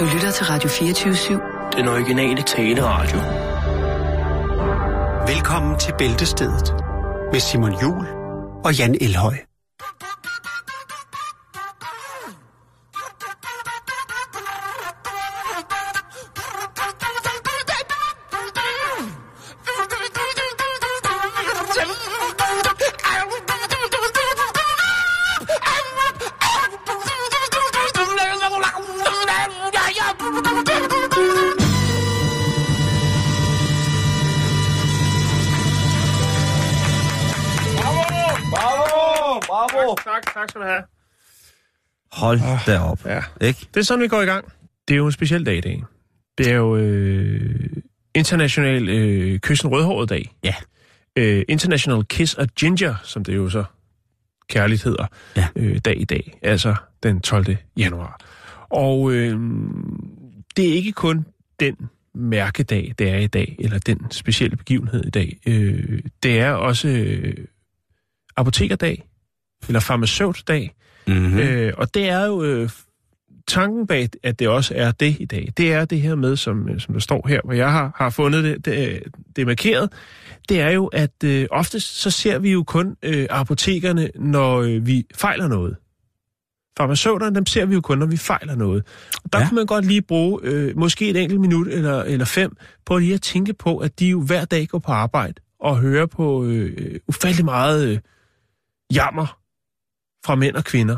Du lytter til Radio 24/7. Den originale taleradio. Velkommen til Bæltestedet med Simon Juhl og Jan Elhøj. Tak skal du have. Hold da op. Ja. Ikke? Det er sådan, vi går i gang. Det er jo en speciel dag i dag. Det er jo international kyssen rødhåret dag. Ja. International Kiss of Ginger, som det jo så kærligt hedder, ja. Dag i dag. Altså den 12. januar. Og det er ikke kun den mærkedag, det er i dag, eller den specielle begivenhed i dag. Det er også apotekerdag, eller farmaceutdag. Mm-hmm. Og det er jo tanken bag, at det også er det i dag. Det er det her med, som der står her, hvor jeg har fundet det er markeret. Det er jo, at oftest så ser vi jo kun apotekerne, når vi fejler noget. Farmaceuterne, dem ser vi jo kun, når vi fejler noget. Og der kunne man godt lige bruge måske et enkelt minut eller 5 på lige at tænke på, at de jo hver dag går på arbejde og hører på ufattelig meget jammer fra mænd og kvinder.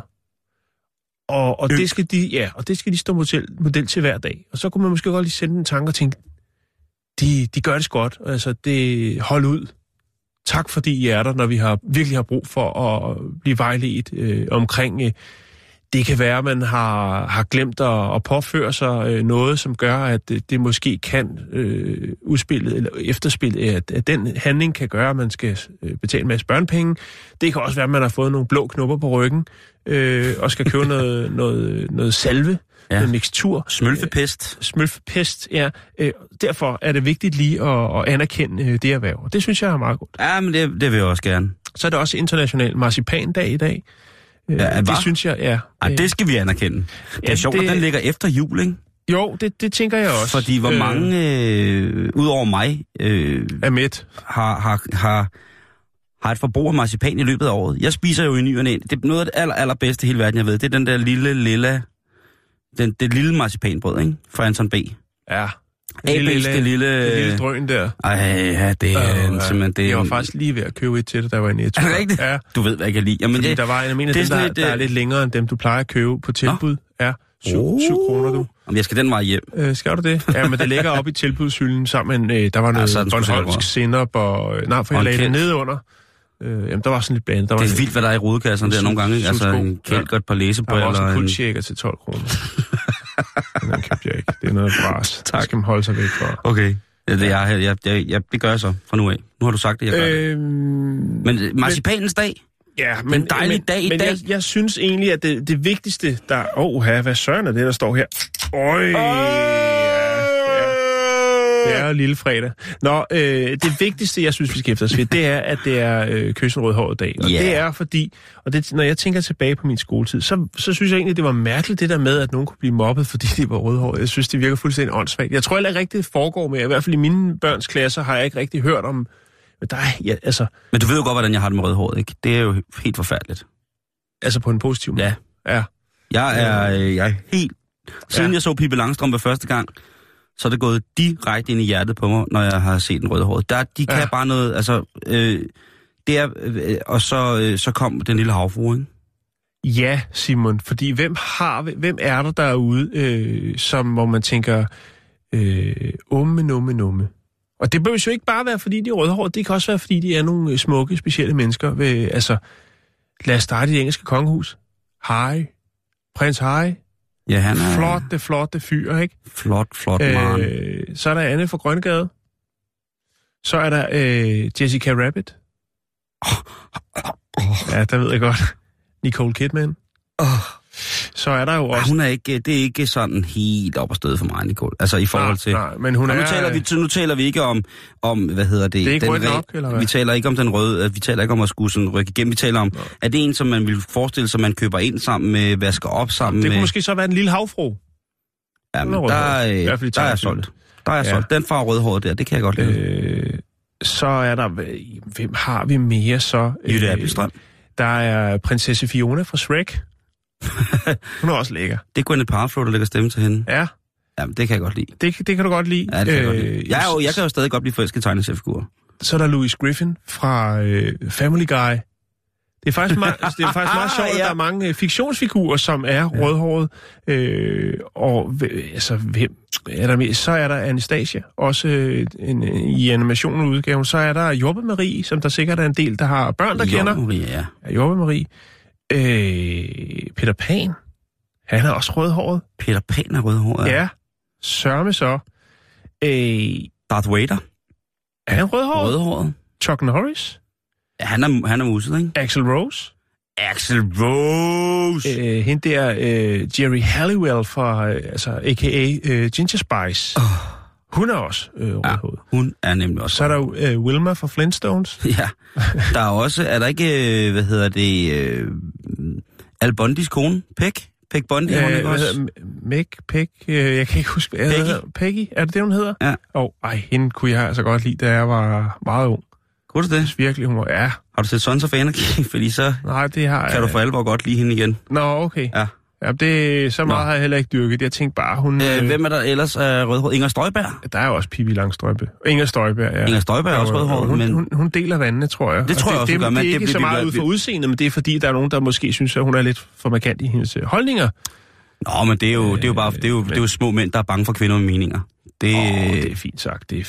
Og det skal de stå model til hver dag. Og så kunne man måske godt lige sende en tanke og tænke, de gør det godt. Altså, det hold ud. Tak fordi I er der, når vi virkelig har brug for at blive vejledt omkring. Det kan være, at man har glemt at påføre sig noget, som gør, at det måske kan udspillet eller efterspillet, at den handling kan gøre, at man skal betale en masse børnepenge. Det kan også være, at man har fået nogle blå knopper på ryggen og skal købe noget salve, noget mixtur. Smølfepest, ja. Derfor er det vigtigt lige at anerkende det erhverv. Og det synes jeg er meget godt. Ja, men det vil jeg også gerne. Så er det også international marcipandag i dag. Det synes jeg, ja. Det skal vi anerkende. Det er sjovt, at den ligger efter jul, ikke? Jo, det tænker jeg også. Fordi hvor mange, udover mig, er mæt, har et forbrug af marcipan i løbet af året. Jeg spiser jo i ny og næ. Det er noget af det allerbedste i hele verden, jeg ved. Det er den der det lille marcipanbrød, ikke? Fra Anton B. Ja. Det lille drøn der. Ej, ja, det er simpelthen det. Jeg var faktisk lige ved at købe et til det, der var en Netto. Er det rigtigt? Ja. Du ved, hvad jeg kan lide. Jamen, der var en af mine, der er lidt længere end dem, du plejer at købe på tilbud. Ja, 7 kroner, du. Jamen, jeg skal den vej hjem. Skal du det? Ja, men det ligger oppe i tilbudshylden sammen med, der var noget bornholmsk sennep og... Nej, for jeg lagde det ned under. Jamen, der var sådan lidt blandet. Det er vildt, hvad der er i rodekasserne der nogle gange. Altså, en kælk og et par læsebriller. Der var også en kuldshaker til 12 kroner. Den købte jeg ikke. Det er noget bras. Tak. Det skal man holde sig væk fra. Okay. Det gør jeg så fra nu af. Nu har du sagt det, jeg gør det. Men marcipanens dag? Ja, men en dejlig dag i dag. Jeg synes egentlig, at det vigtigste, der... hvad søren er det, der står her? Det er jo lille fredag. Nå, det vigtigste, jeg synes, vi skal efter os ved, det er, at det er kyssen rødhåret dag. Og det er fordi, når jeg tænker tilbage på min skoletid, så synes jeg egentlig, det var mærkeligt det der med, at nogen kunne blive mobbet, fordi de var rødhåret. Jeg synes, det virker fuldstændig åndssvagt. Jeg tror heller ikke rigtigt, det foregår med. I hvert fald i mine børns klasser har jeg ikke rigtig hørt om... Men du ved jo godt, hvordan jeg har det med rødhåret, ikke? Det er jo helt forfærdeligt. Altså på en positiv måde? Ja. Jeg er helt... Siden jeg så Pippi Langstrømpe første gang, så er det gået direkte ind i hjertet på mig, når jeg har set den rødhåret. De kan bare noget, altså... og så kom den lille havfrue, ikke? Ja, Simon, fordi hvem er der derude, hvor man tænker, numme. Og det behøver jo ikke bare være, fordi de er rødhårede, det kan også være, fordi de er nogle smukke, specielle mennesker. Lad os starte i det engelske kongehus. Prins Harry. Ja, han er... Flotte fyr, ikke? Flot man. Så er der Anne fra Grønnegade. Så er der Jessica Rabbit. Ja, der ved jeg godt. Nicole Kidman. Så er der jo også... Hun er ikke, det er ikke sådan helt op og støde for mig, Nicole. Altså i forhold til... Nej, men hun er... Nu taler vi ikke om hvad hedder det? Det er ikke rødt nok, eller hvad? Vi taler ikke om den røde, vi taler ikke om at skulle sådan rykke igennem. Vi taler om, er det en, som man vil forestille sig, man køber ind sammen med, vasker op sammen med... Det kunne måske så være en lille havfru. Ja, men der er solgt. Der er solgt. Den farve rødhåret der, det kan jeg godt lide. Så er der... Hvem har vi mere så? Jytte Abildstrøm. Der er prinsesse Fiona fra Shrek. Hun er også lækker. Det er Gwyneth Paltrow, der lægger stemme til hende. Ja. Jamen, det kan jeg godt lide. Det kan du godt lide. Ja, det kan jeg godt lide. Jeg kan jo stadig godt blive forelsket i tegneseriefigurer. Så er der Louis Griffin fra Family Guy. Det er faktisk meget, sjovt, at der er mange fiktionsfigurer, som er rødhåret. Hvem er der mere? Så er der Anastasia, også i animationen udgaven. Så er der Jobbe Marie, som der sikkert er en del, der har børn, der kender. Marie, ja. Jobbe Marie. Peter Pan. Han er også rødhåret. Peter Pan er rødhåret? Ja. Sørme så. Darth Vader. Er han rødhåret? Rødhåret. Chuck Norris. Ja, han er muset, ikke? Axl Rose. Axl Rose! Hende der, Jerry Halliwell fra, a.k.a. Ginger Spice. Hun er også rødhåret. Ja, hun er nemlig også. Så er der Wilma fra Flintstones. Ja, der er også, er der ikke, Al Bundys kone, Peg Bundy, hun ikke også? Jeg kan ikke huske, Peggy, er det det, hun hedder? Ja. Hende kunne jeg altså godt lide, da jeg var meget ung. Kunne du det? Virkelig humor, ja. Har du set Sons of Anarchy? Fordi så nej, det har kan du for alvor godt lide hende igen. Nå, okay. Ja. Ja, det så meget har jeg heller ikke dyrket. Jeg tænkte bare, hun... hvem er der ellers rødhåret? Inger Støjberg? Der er jo også Pippi Langstrømpe. Inger Støjberg, ja. Inger Støjberg er også rødhåret, men... Hun deler vandene, tror jeg. Det tror jeg også, hun gør. Det er ikke så meget ud for udseendet, men det er fordi, der er nogen, der måske synes, at hun er lidt for markant i hendes holdninger. Nå, men det er jo små mænd, der er bange for kvinder med meninger. Det er fint sagt. Det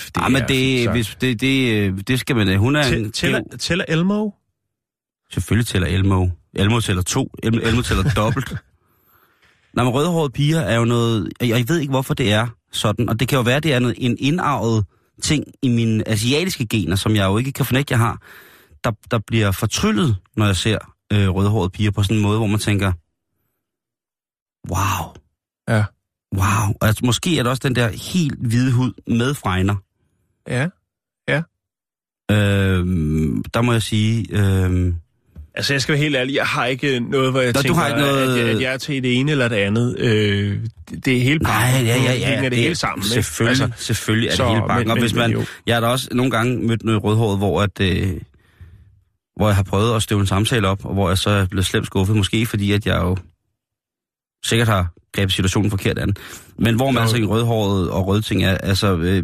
skal man... Hun er tæller Elmo? Selvfølgelig tæller Elmo. Elmo tæller 2. Elmo tæller dobbelt. Nej, men rødhårede piger er jo noget... Jeg ved ikke, hvorfor det er sådan. Og det kan jo være, det er en indarvet ting i mine asiatiske gener, som jeg jo ikke kan fornægte, jeg har, der bliver fortryllet, når jeg ser rødhårede piger på sådan en måde, hvor man tænker... Wow. Ja. Wow. Og måske er det også den der helt hvide hud med fregner. Ja. Ja. Der må jeg sige... Altså, jeg skal være helt ærlig, jeg har ikke noget, hvor jeg tænker, at jeg er til det ene eller det andet. Det er hele pakken. Nej, det hele sammen. Selvfølgelig er det hele pakken. Og hvis man... Jeg har da også nogle gange mødt noget rødhåret, hvor jeg har prøvet at støve en samtale op, og hvor jeg så er blevet slemt skuffet. Måske fordi, at jeg jo sikkert har grebet situationen forkert an. Men hvor man altså i rødhåret og røde ting er, altså...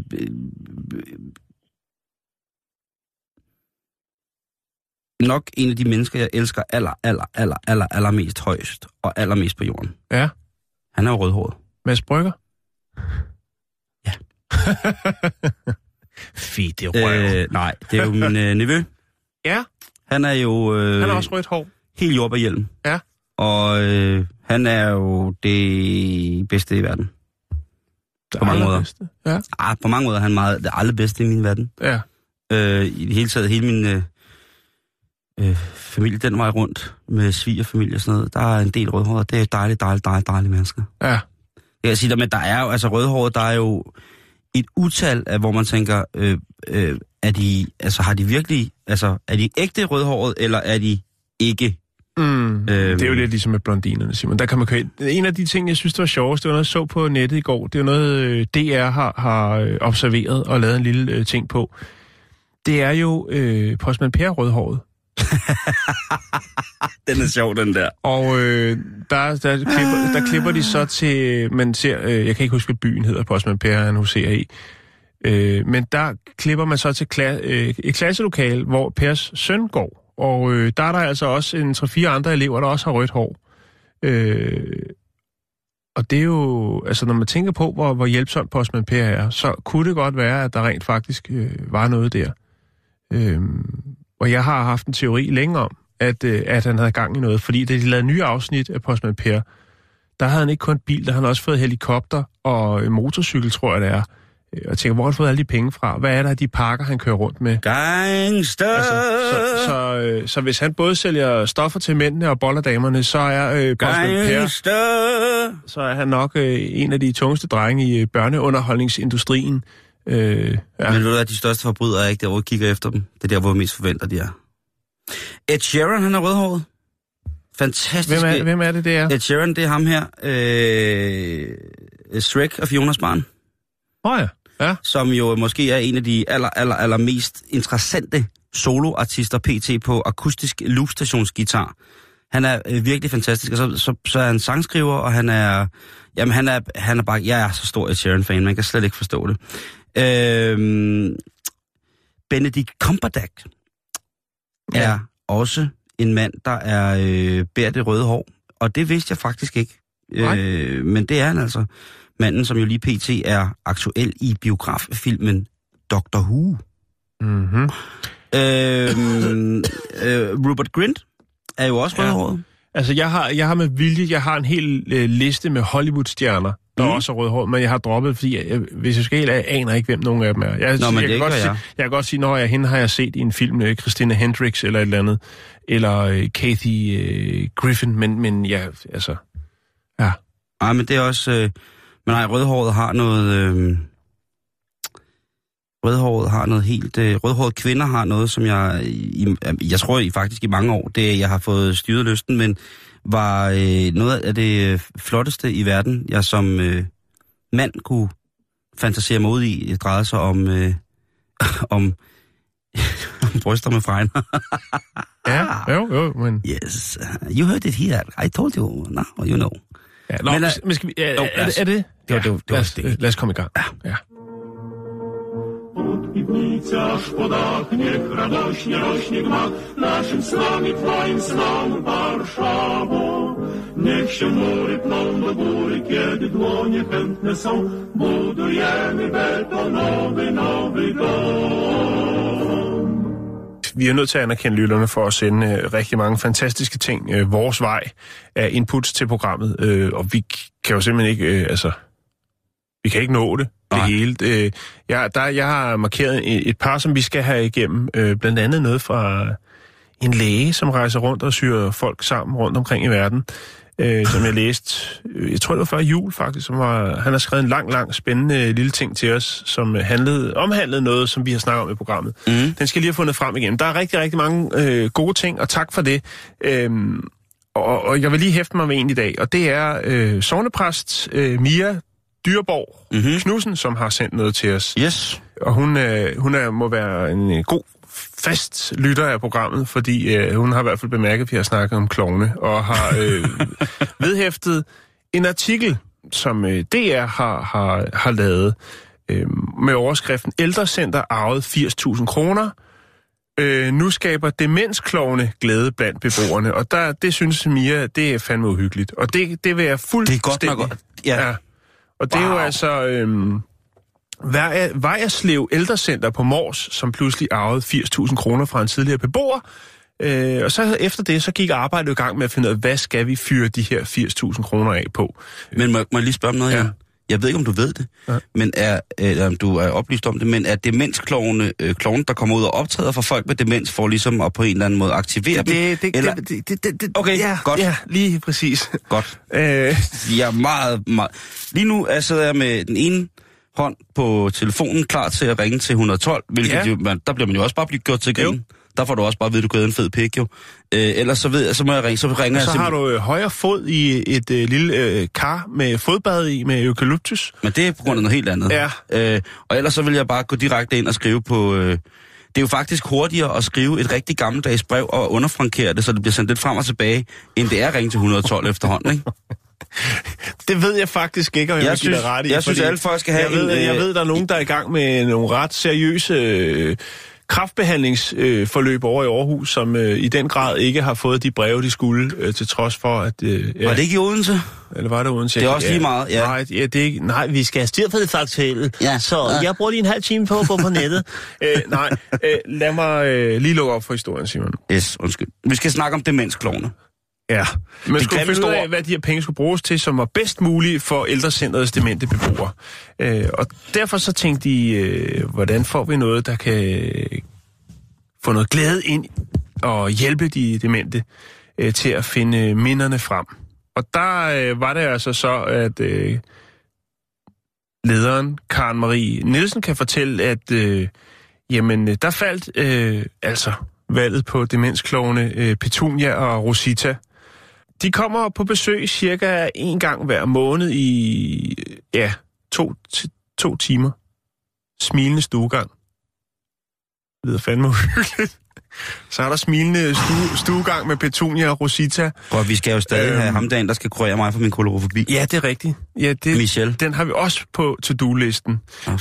nok en af de mennesker, jeg elsker allermest højst og allermest på jorden. Ja. Han er jo rødhåret. Mads Brygger? Ja. Fint, det er røv. Nej, det er jo min nevø. Ja. Han er jo... han er også rødt hår. Helt jordbærhjelm. Ja. Og han er jo det bedste i verden. På mange måder. Ja. På mange måder er han det allerbedste i min verden. Ja. I det hele taget, hele min... familie den vej rundt med svigerfamilie og sådan noget. Der er en del rødhårede. Det er dejlige mennesker. Ja. Jeg kan sige, men der er jo, altså rødhårede, der er jo et utal af, hvor man tænker, har de virkelig, altså er de ægte rødhårede, eller er de ikke? Det er jo lidt ligesom med blondinerne, Simon. Der kan man køre. En af de ting, jeg synes, det var sjovest, det var noget, jeg så på nettet i går. Det er noget, DR har observeret og lavet en lille ting på. Det er jo Postmand Per rødhåret. Den er sjov, den der. Og der klipper de så til, man ser, jeg kan ikke huske, hvad byen hedder, Postmand Per, han huserer i. Men der klipper man så til et klasselokale, hvor Pers søn går. Og der er der altså også en 3-4 andre elever, der også har rødt hår. Og det er jo, altså når man tænker på, hvor hjælpsomt Postmand Per er, så kunne det godt være, at der rent faktisk var noget der. Og jeg har haft en teori længe om, at han havde gang i noget. Fordi da de lavede nye afsnit af Postmand Per, der havde han ikke kun bil, der havde han også fået helikopter og motorcykel, tror jeg det er. Og jeg tænker, hvor har han fået alle de penge fra? Hvad er der af de pakker, han kører rundt med? Gangster! Altså, så hvis han både sælger stoffer til mændene og boller damerne, så er Postmand Per, så er han nok en af de tungeste drenge i børneunderholdningsindustrien. Ja. Men ved du hvad, de største forbrydere er ikke der, hvor vi kigger efter dem. Det er der, hvor vi mest forventer, de er. Ed Sheeran, han er rødhåret. Fantastisk. Hvem er det, det er? Ed Sheeran, det er ham her. Shrek og Fionas barn. Ja. Som jo måske er en af de aller mest interessante soloartister pt. På akustisk loopstationsgitar. Han er virkelig fantastisk, og så er han sangskriver, og han er bare, jeg er så stor et Sheeran-fan, man kan slet ikke forstå det. Benedict Cumberbatch er også en mand, der bærer det røde hår, og det vidste jeg faktisk ikke. Men det er han altså. Manden, som jo lige pt. Er aktuel i biograffilmen Doctor Who. Mm-hmm. Rupert Grint er jo også rødhåret. Altså, jeg har med vilje, jeg har en hel liste med Hollywood-stjerner, der også er rødhåret, men jeg har droppet, fordi hvis jeg skal helt aner ikke, hvem nogen af dem er. Jeg kan godt sige, når hende har jeg set i en film, Christina Hendricks eller et eller andet, eller Kathy Griffin, men ja, altså, ja. Nej, men det er også, men nej, rødhåret har noget... Rødhåret har noget helt... rødhårede kvinder har noget, som jeg tror faktisk i mange år, det jeg har fået styret lysten, men var noget af det flotteste i verden, jeg som mand kunne fantasere mig ud i. Det drejede sig om bryster med fregner. Ja, jo, men... Yes, you heard it here. I told you, now you know. Ja, men skal vi... Er det? Lad os komme i gang. Ja. Piwnicy aż po dach, niech radośnie rośnie gmach naszym snom i twoim snom, Warszawo. Niech się mury pną do góry, kiedy dłonie chętne są, budujemy betonowy nowy dom. Vi er nødt til at anerkende lytterne for at sende rigtig mange fantastiske ting vores vej af inputs til programmet, og vi kan jo simpelthen ikke, vi kan ikke nå det. Det hele. Jeg har markeret et par, som vi skal have igennem. Blandt andet noget fra en læge, som rejser rundt og syr folk sammen rundt omkring i verden. Som jeg læste, jeg tror det var før jul faktisk, han har skrevet en lang, spændende lille ting til os, som omhandlede noget, som vi har snakket om i programmet. Den skal jeg lige have fundet frem igen. Der er rigtig mange gode ting, og tak for det. Og jeg vil lige hæfte mig med en i dag, og det er sognepræst Mia Dyrborg Knudsen, som har sendt noget til os. Yes. Og hun må være en god fast lytter af programmet, fordi hun har i hvert fald bemærket, at vi har snakket om klovne, og har vedhæftet en artikel, som DR har lavet med overskriften Ældrecenter arvet 80.000 kroner. Nu skaber demensklovne glæde blandt beboerne, og det synes Mia, det er fandme uhyggeligt. Og det vil jeg fuldstændig... Det er godt nok... Ja. Og det er jo altså Vejerslev Ældrecenter på Mors, som pludselig arvede 80.000 kroner fra en tidligere beboer. Og så efter det, så gik arbejdet i gang med at finde ud af, hvad skal vi fyre de her 80.000 kroner af på. Men må jeg lige spørge om noget her? Jeg ved ikke, om du ved det, men om du er oplyst om det, men er demensklovne, der kommer ud og optræder for folk med demens, for ligesom at på en eller anden måde aktivere dem? Okay, ja, godt. Ja, lige præcis. Godt. Jeg er meget... Lige nu sidder jeg med den ene hånd på telefonen, klar til at ringe til 112, hvilket der bliver man jo også bare gjort til grin. Der får du også bare at vide, at du gør en fed pik, jo. Ellers så må jeg ringe, så ringer jeg simpelthen. Så har du højre fod i et lille kar med fodbad i, med eukalyptus. Men det er på grund af noget helt andet. Ja. Og ellers så vil jeg bare gå direkte ind og skrive på... det er jo faktisk hurtigere at skrive et rigtig gammeldags brev og underfrankere det, så det bliver sendt lidt frem og tilbage, end det er at ringe til 112 efterhånden, ikke? Det ved jeg faktisk ikke, om jeg vil give dig ret i. Jeg synes, alle folk skal have jeg ved, der er nogen, der er i gang med nogle ret seriøse... kræftbehandlingsforløb over i Aarhus, som i den grad ikke har fået de breve, de skulle, til trods for, at... Var det ikke i Odense? Eller var det Odense? Det er også lige meget, ja. Nej, vi skal have styr på det faktuelle, så jeg bruger lige en halv time på at gå på nettet. Lad mig lige lukke op for historien, Simon. Yes, undskyld. Vi skal snakke om demensklovne. Ja, man skulle finde ud af, hvad de her penge skulle bruges til, som var bedst muligt for ældrecenterets demente beboere. Og derfor så tænkte de, hvordan får vi noget, der kan få noget glæde ind og hjælpe de demente til at finde minderne frem. Og der var det altså så, at lederen, Karen Marie Nielsen, kan fortælle, at der faldt valget på demensklovne Petunia og Rosita. De kommer på besøg cirka 1 gang hver måned i 2 timer. Smilende stuegang. Det lyder fandme uhyggeligt. Så er der smilende stuegang med Petunia og Rosita. Og vi skal jo stadig have ham dagen, der skal kurere mig for min kolorofobi. Ja, det er rigtigt. Ja, Michelle. Den har vi også på to-do-listen.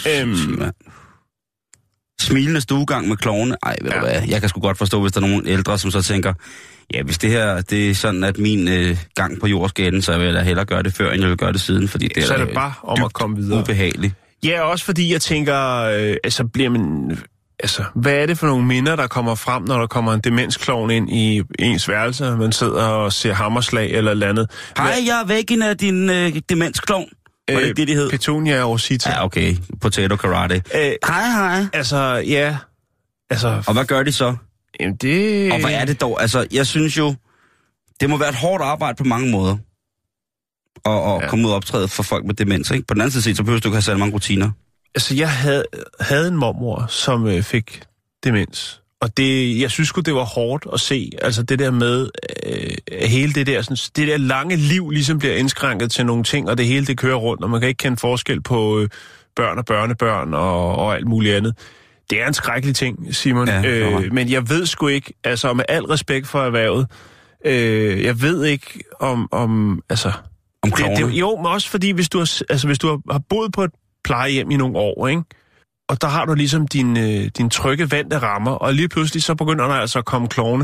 Smilende stuegang med klovne. Ej, ved du hvad? Jeg kan sgu godt forstå, hvis der er nogle ældre, som så tænker, ja, hvis det her, det er sådan, at min gang på jord skal ende, så vil jeg da hellere gøre det før, end jeg vil gøre det siden, fordi det så er det bare om at komme videre. Ubehageligt. Ja, også fordi jeg tænker, bliver man... Altså, hvad er det for nogle minder, der kommer frem, når der kommer en demensklovn ind i ens værelse, og man sidder og ser hammerslag eller et andet? Hej, jeg er væggen af din demensklovn. Var det det, de hed? Petunia og Rosita. Ja, okay. Potato karate. Hej. Altså, ja. Altså, og hvad gør de så? Jamen, det... Og hvad er det dog? Altså, jeg synes jo, det må være et hårdt arbejde på mange måder. Og komme ud og optræde for folk med demens, ikke? På den anden side, så behøver du ikke have særlig mange rutiner. Altså, jeg havde en mormor, som fik demens. Og jeg synes sgu, det var hårdt at se. Altså, det der med hele det der, sådan, det der lange liv ligesom bliver indskrænket til nogle ting, og det hele det kører rundt, og man kan ikke kende forskel på børn og børnebørn og alt muligt andet. Det er en skrækkelig ting, Simon. Ja, men jeg ved sgu ikke, altså med al respekt for erhvervet, jeg ved ikke om klovne. Jo, men også fordi, hvis du har boet på et plejehjem i nogle år, ikke? Og der har du ligesom din trygge vante rammer, og lige pludselig så begynder der altså at komme klovne.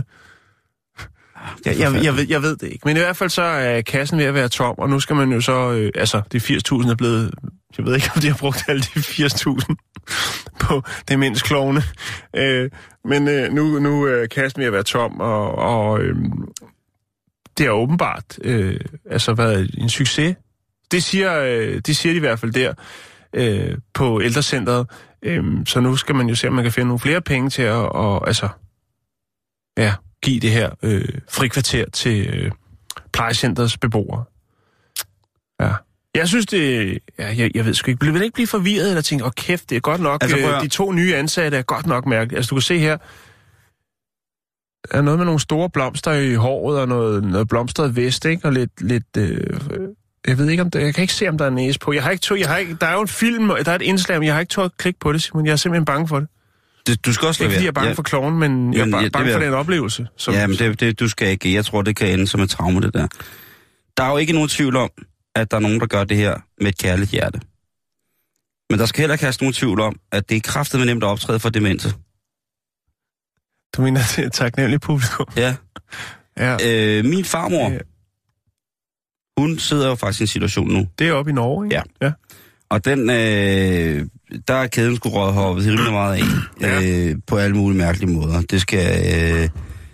Jeg ved det ikke. Men i hvert fald så er kassen ved at være tom, og nu skal man jo så... de 80.000 er blevet... Jeg ved ikke, om de har brugt alle de 80.000 på demensklovne. Men nu er kassen ved at være tom, og det er åbenbart været en succes. Det siger de i hvert fald der på ældrecentret. Så nu skal man jo se, om man kan finde nogle flere penge til at give det her frikvarter til plejecenterets beboere. Ja. Jeg synes det... Ja, jeg ved sgu ikke. Vil ikke blive forvirret eller tænke, kæft, det er godt nok... de 2 nye ansatte er godt nok mærkeligt. Altså, du kan se her... Der er noget med nogle store blomster i håret og noget blomstret vest, ikke? Og lidt jeg ved ikke, jeg kan ikke se, om der er næse på. Der er jo en film, der er et indslag, men jeg har ikke tået at klikke på det, Simon. Jeg er simpelthen bange for det. Du skal også ikke fordi jeg er bange for klovnen, men jeg er bange for den oplevelse. Men du skal ikke. Jeg tror, det kan ende som et traume, det der. Der er jo ikke nogen tvivl om, at der er nogen, der gør det her med et kærligt hjerte. Men der skal heller ikke have nogen tvivl om, at det er kraftedeme nemt at optræde for demente. Du mener, det er et taknemmeligt publikum? Ja. Min farmor, hun sidder jo faktisk i en situation nu. Det er oppe i Norge, ikke? Ja. Og den, der er kæden sgu rådhoppet rimelig meget af, på alle mulige mærkelige måder. Det skal...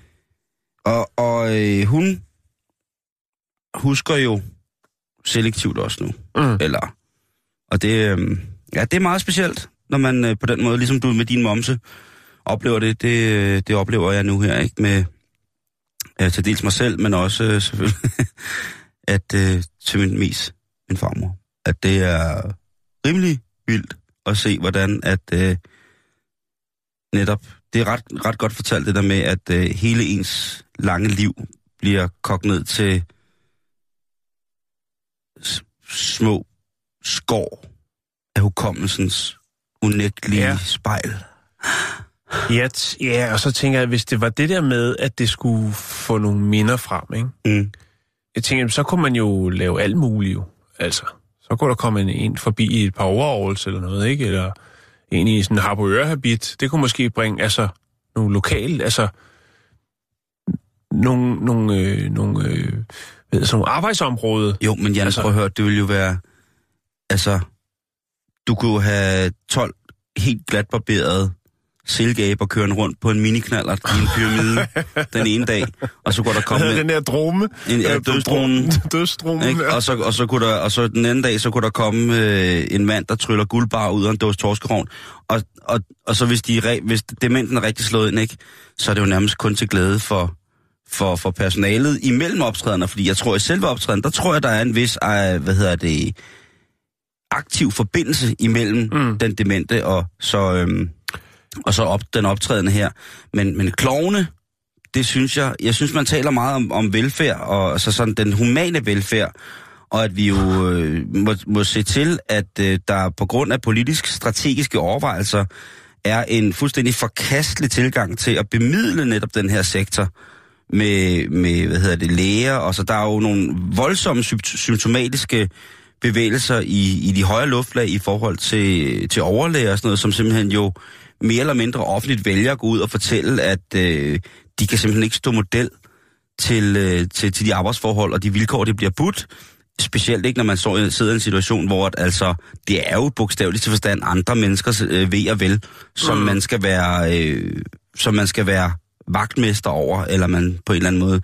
hun husker jo selektivt også nu. Og det, det er meget specielt, når man på den måde, ligesom du med din momse, oplever det. Det oplever jeg nu her, ikke? Med til dels mig selv, men også selvfølgelig, at til min farmor. At det er rimelig vildt at se, hvordan at netop, det er ret godt fortalt det der med, at hele ens lange liv bliver kogt ned til små skår af hukommelsens unægtelige spejl. Ja, og så tænker jeg, hvis det var det der med, at det skulle få nogle minder frem, ikke? Jeg tænker, så kunne man jo lave alt muligt jo. Altså, så kunne der komme en forbi i et par overholds eller noget, ikke? Eller en i sådan en harboøre-habit. Det kunne måske bringe, nogle lokale, nogle arbejdsområder. Jo, men Jan, prøv at høre, det ville jo være, du kunne have 12 helt glat barberede silkeaber kørende rundt på en miniknallert i en pyramide den ene dag, og så kunne der komme... Den der drome. Dødsdromen. Ja. Og så den anden dag, så kunne der komme en mand, der tryller guldbar ud af en dåse torskerovn. Og så hvis dementen er rigtig slået ind, ikke, så er det jo nærmest kun til glæde for personalet imellem optræderne, fordi jeg tror, i selve optræden, der tror jeg, der er en vis, aktiv forbindelse imellem den demente og så den optrædende her. Men klovne, det synes jeg synes, man taler meget om velfærd, og altså sådan den humane velfærd, og at vi jo må se til, at der på grund af politisk-strategiske overvejelser er en fuldstændig forkastelig tilgang til at bemidle netop den her sektor med læger, og så der er jo nogle voldsomme symptomatiske bevægelser i de højere luftlag i forhold til overlæger og sådan noget, som simpelthen jo mere eller mindre offentligt vælger at gå ud og fortælle, at de kan simpelthen ikke stå model til de arbejdsforhold og de vilkår, det bliver budt. Specielt ikke, når man sidder i en situation, hvor det er jo bogstaveligt til forstand andre menneskers ved og vel, som man skal være vagtmester over, eller man på en eller anden måde.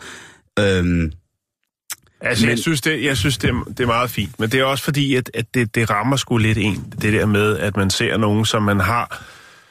Jeg synes det er meget fint, men det er også fordi, at det rammer sgu lidt det der med, at man ser nogen, som man har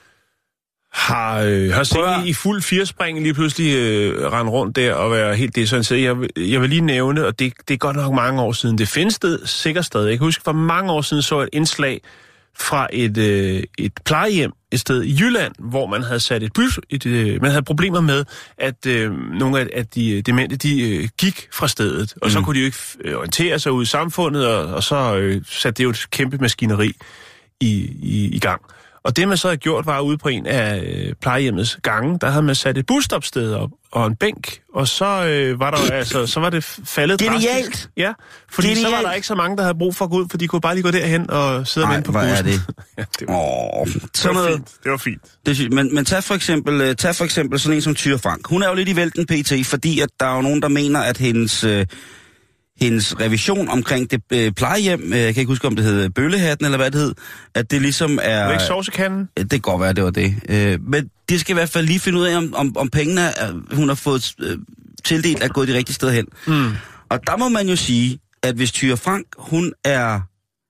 set i fuld firespring lige pludselig rende rundt der og være helt desorienteret. Jeg vil lige nævne, og det er godt nok mange år siden, det findes sikkert stadig. Jeg kan huske, for mange år siden så et indslag fra et plejehjem et sted i Jylland, hvor man havde sat man havde problemer med, at nogle af de demente, de gik fra stedet, og så kunne de jo ikke orientere sig ud i samfundet, og så satte det jo et kæmpe maskineri i gang. Og det, man så havde gjort, var ude på en af plejehjemmets gange, der havde man sat et busstopsted op og en bænk, og så var der så var det faldet drastisk. Genialt! Ja, fordi så var der ikke så mange, der havde brug for at gå ud, for de kunne bare lige gå derhen og sidde og vente på bussen. Det? Ja, det var fint. Men tag for eksempel sådan en som Thyra Frank. Hun er jo lidt i vælten pt, fordi at der er jo nogen, der mener, at hendes revision omkring det plejehjem, jeg kan ikke huske, om det hed Bøllehatten, eller hvad det hed, at det ligesom er... Det er ikke sovsekanden? Det kan godt være, det var det. Men det skal i hvert fald lige finde ud af, om pengene, hun har fået tildelt, er gået de rigtige steder hen. Mm. Og der må man jo sige, at hvis Thyra Frank, hun er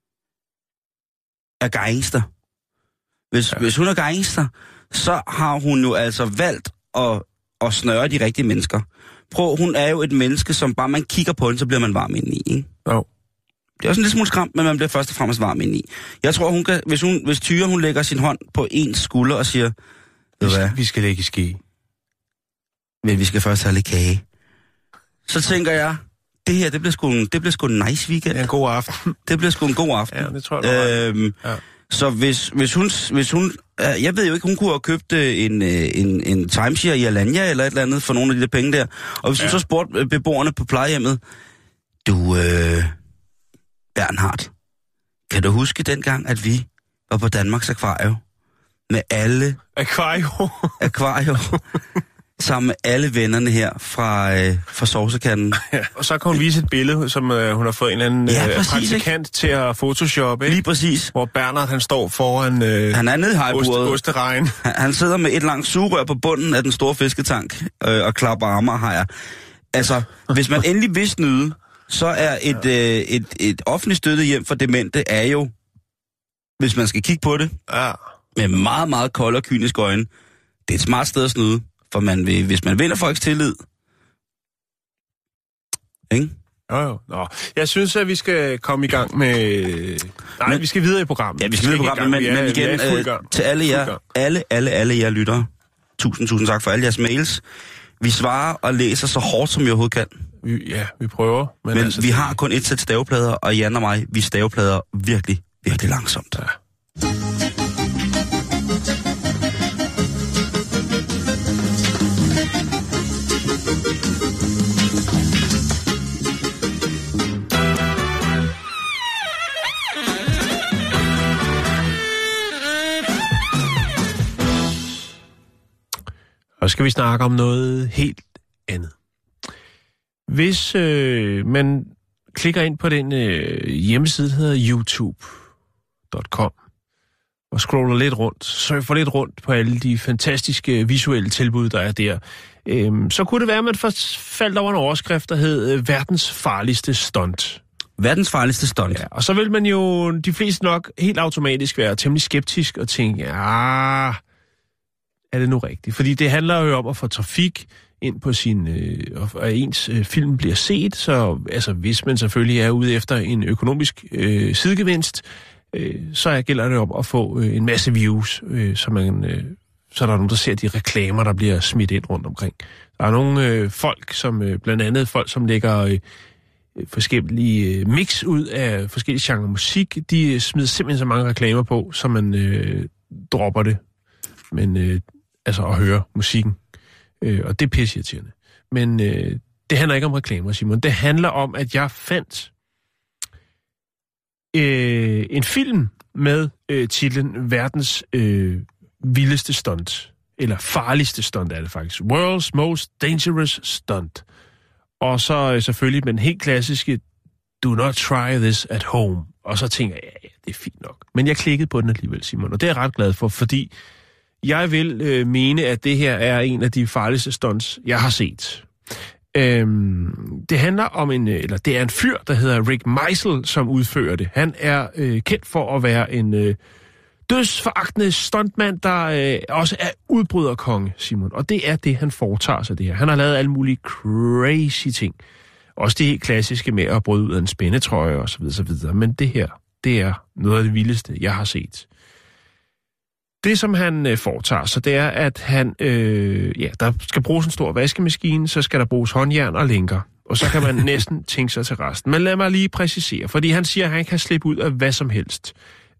gangster. Hvis hun er gangster, så har hun jo altså valgt at snøre de rigtige mennesker. Hun er jo et menneske, som bare man kigger på hende, så bliver man varm indeni, ikke? Jo. Det er også en lille smule skræmt, men man bliver først og fremmest varm indeni. Jeg tror, hun kan, hvis Thyra, hun lægger sin hånd på ens skulder og siger, vi skal lægge ski. Men vi skal først have lidt kage. Så tænker jeg, det her, det bliver sgu en nice weekend. Det er en god aften. Det bliver sgu en god aften. Ja, det tror jeg, ja. Så hvis hun jeg ved jo ikke, hun kunne have købt en timeshare i Alanya eller et eller andet for nogle af de der penge der. Og hvis hun så spurgte beboerne på plejehjemmet, Bernhard, kan du huske dengang, at vi var på Danmarks Akvario med alle... Akvario. Sammen med alle vennerne her fra sovsekanden. Ja, og så kan hun vise et billede, som hun har fået en eller anden praktikant til at photoshoppe, ikke? Lige præcis. Hvor Bernhard, han står foran han er nede i hejbordet. Osteregn. Han sidder med et langt sugerør på bunden af den store fisketank og klapper armer og hajer. Altså, hvis man endelig vil snyde, så er et offentligt støttet hjem for demente er jo, hvis man skal kigge på det, med meget, meget kolde og kyniske øjne, det er et smart sted at snyde. For hvis man vinder folks tillid, ikke? Jo. Nå. Jeg synes, at vi skal komme i gang med... Nej, vi skal videre i programmet. Ja, vi skal videre i programmet, men igen, til alle jer lyttere, tusind tak for alle jeres mails. Vi svarer og læser så hårdt, som vi overhovedet kan. Vi prøver. Men altså, vi har kun et sæt staveplader, og Jan og mig, vi staveplader virkelig, virkelig langsomt. Ja. Og skal vi snakke om noget helt andet. Hvis man klikker ind på den hjemmeside, der hedder youtube.com, og scroller lidt rundt, surfer lidt rundt på alle de fantastiske visuelle tilbud, der er der, så kunne det være, at man først faldt over en overskrift, der hed verdens farligste stunt. Verdens farligste stunt. Ja, og så vil man jo de fleste nok helt automatisk være temmelig skeptisk og tænke, er det nu rigtigt? Fordi det handler jo om at få trafik ind på og ens film bliver set, så altså, hvis man selvfølgelig er ude efter en økonomisk sidegevinst, så gælder det om at få en masse views, så man så er der nogen, der ser de reklamer, der bliver smidt ind rundt omkring. Der er nogle folk, som blandt andet folk, som lægger forskellige mix ud af forskellige genre musik. De smider simpelthen så mange reklamer på, så man dropper det. Men altså at høre musikken. Og det er pisseirriterende. Men det handler ikke om reklamer, Simon. Det handler om, at jeg fandt en film med titlen Verdens vildeste stunt. Eller farligste stunt er det faktisk. World's Most Dangerous Stunt. Og så selvfølgelig med den helt klassiske Do not try this at home. Og så tænker jeg, ja, det er fint nok. Men jeg klikkede på den alligevel, Simon. Og det er jeg ret glad for, fordi jeg vil mene, at det her er en af de farligste stunts, jeg har set. Det handler om det er en fyr, der hedder Rick Meisel, som udfører det. Han er kendt for at være en dødsforagtende stuntmand, der også er udbryderkonge, Simon. Og det er det, han foretager sig det her. Han har lavet alle mulige crazy ting. Også det helt klassiske med at bryde ud af en spændetrøje og så videre, så videre. Men det her, det er noget af det vildeste, jeg har set. Det, som han foretager sig, det er, at han, der skal bruges en stor vaskemaskine, så skal der bruges håndjern og lænker. Og så kan man næsten tænke sig til resten. Men lad mig lige præcisere, fordi han siger, at han kan slippe ud af hvad som helst.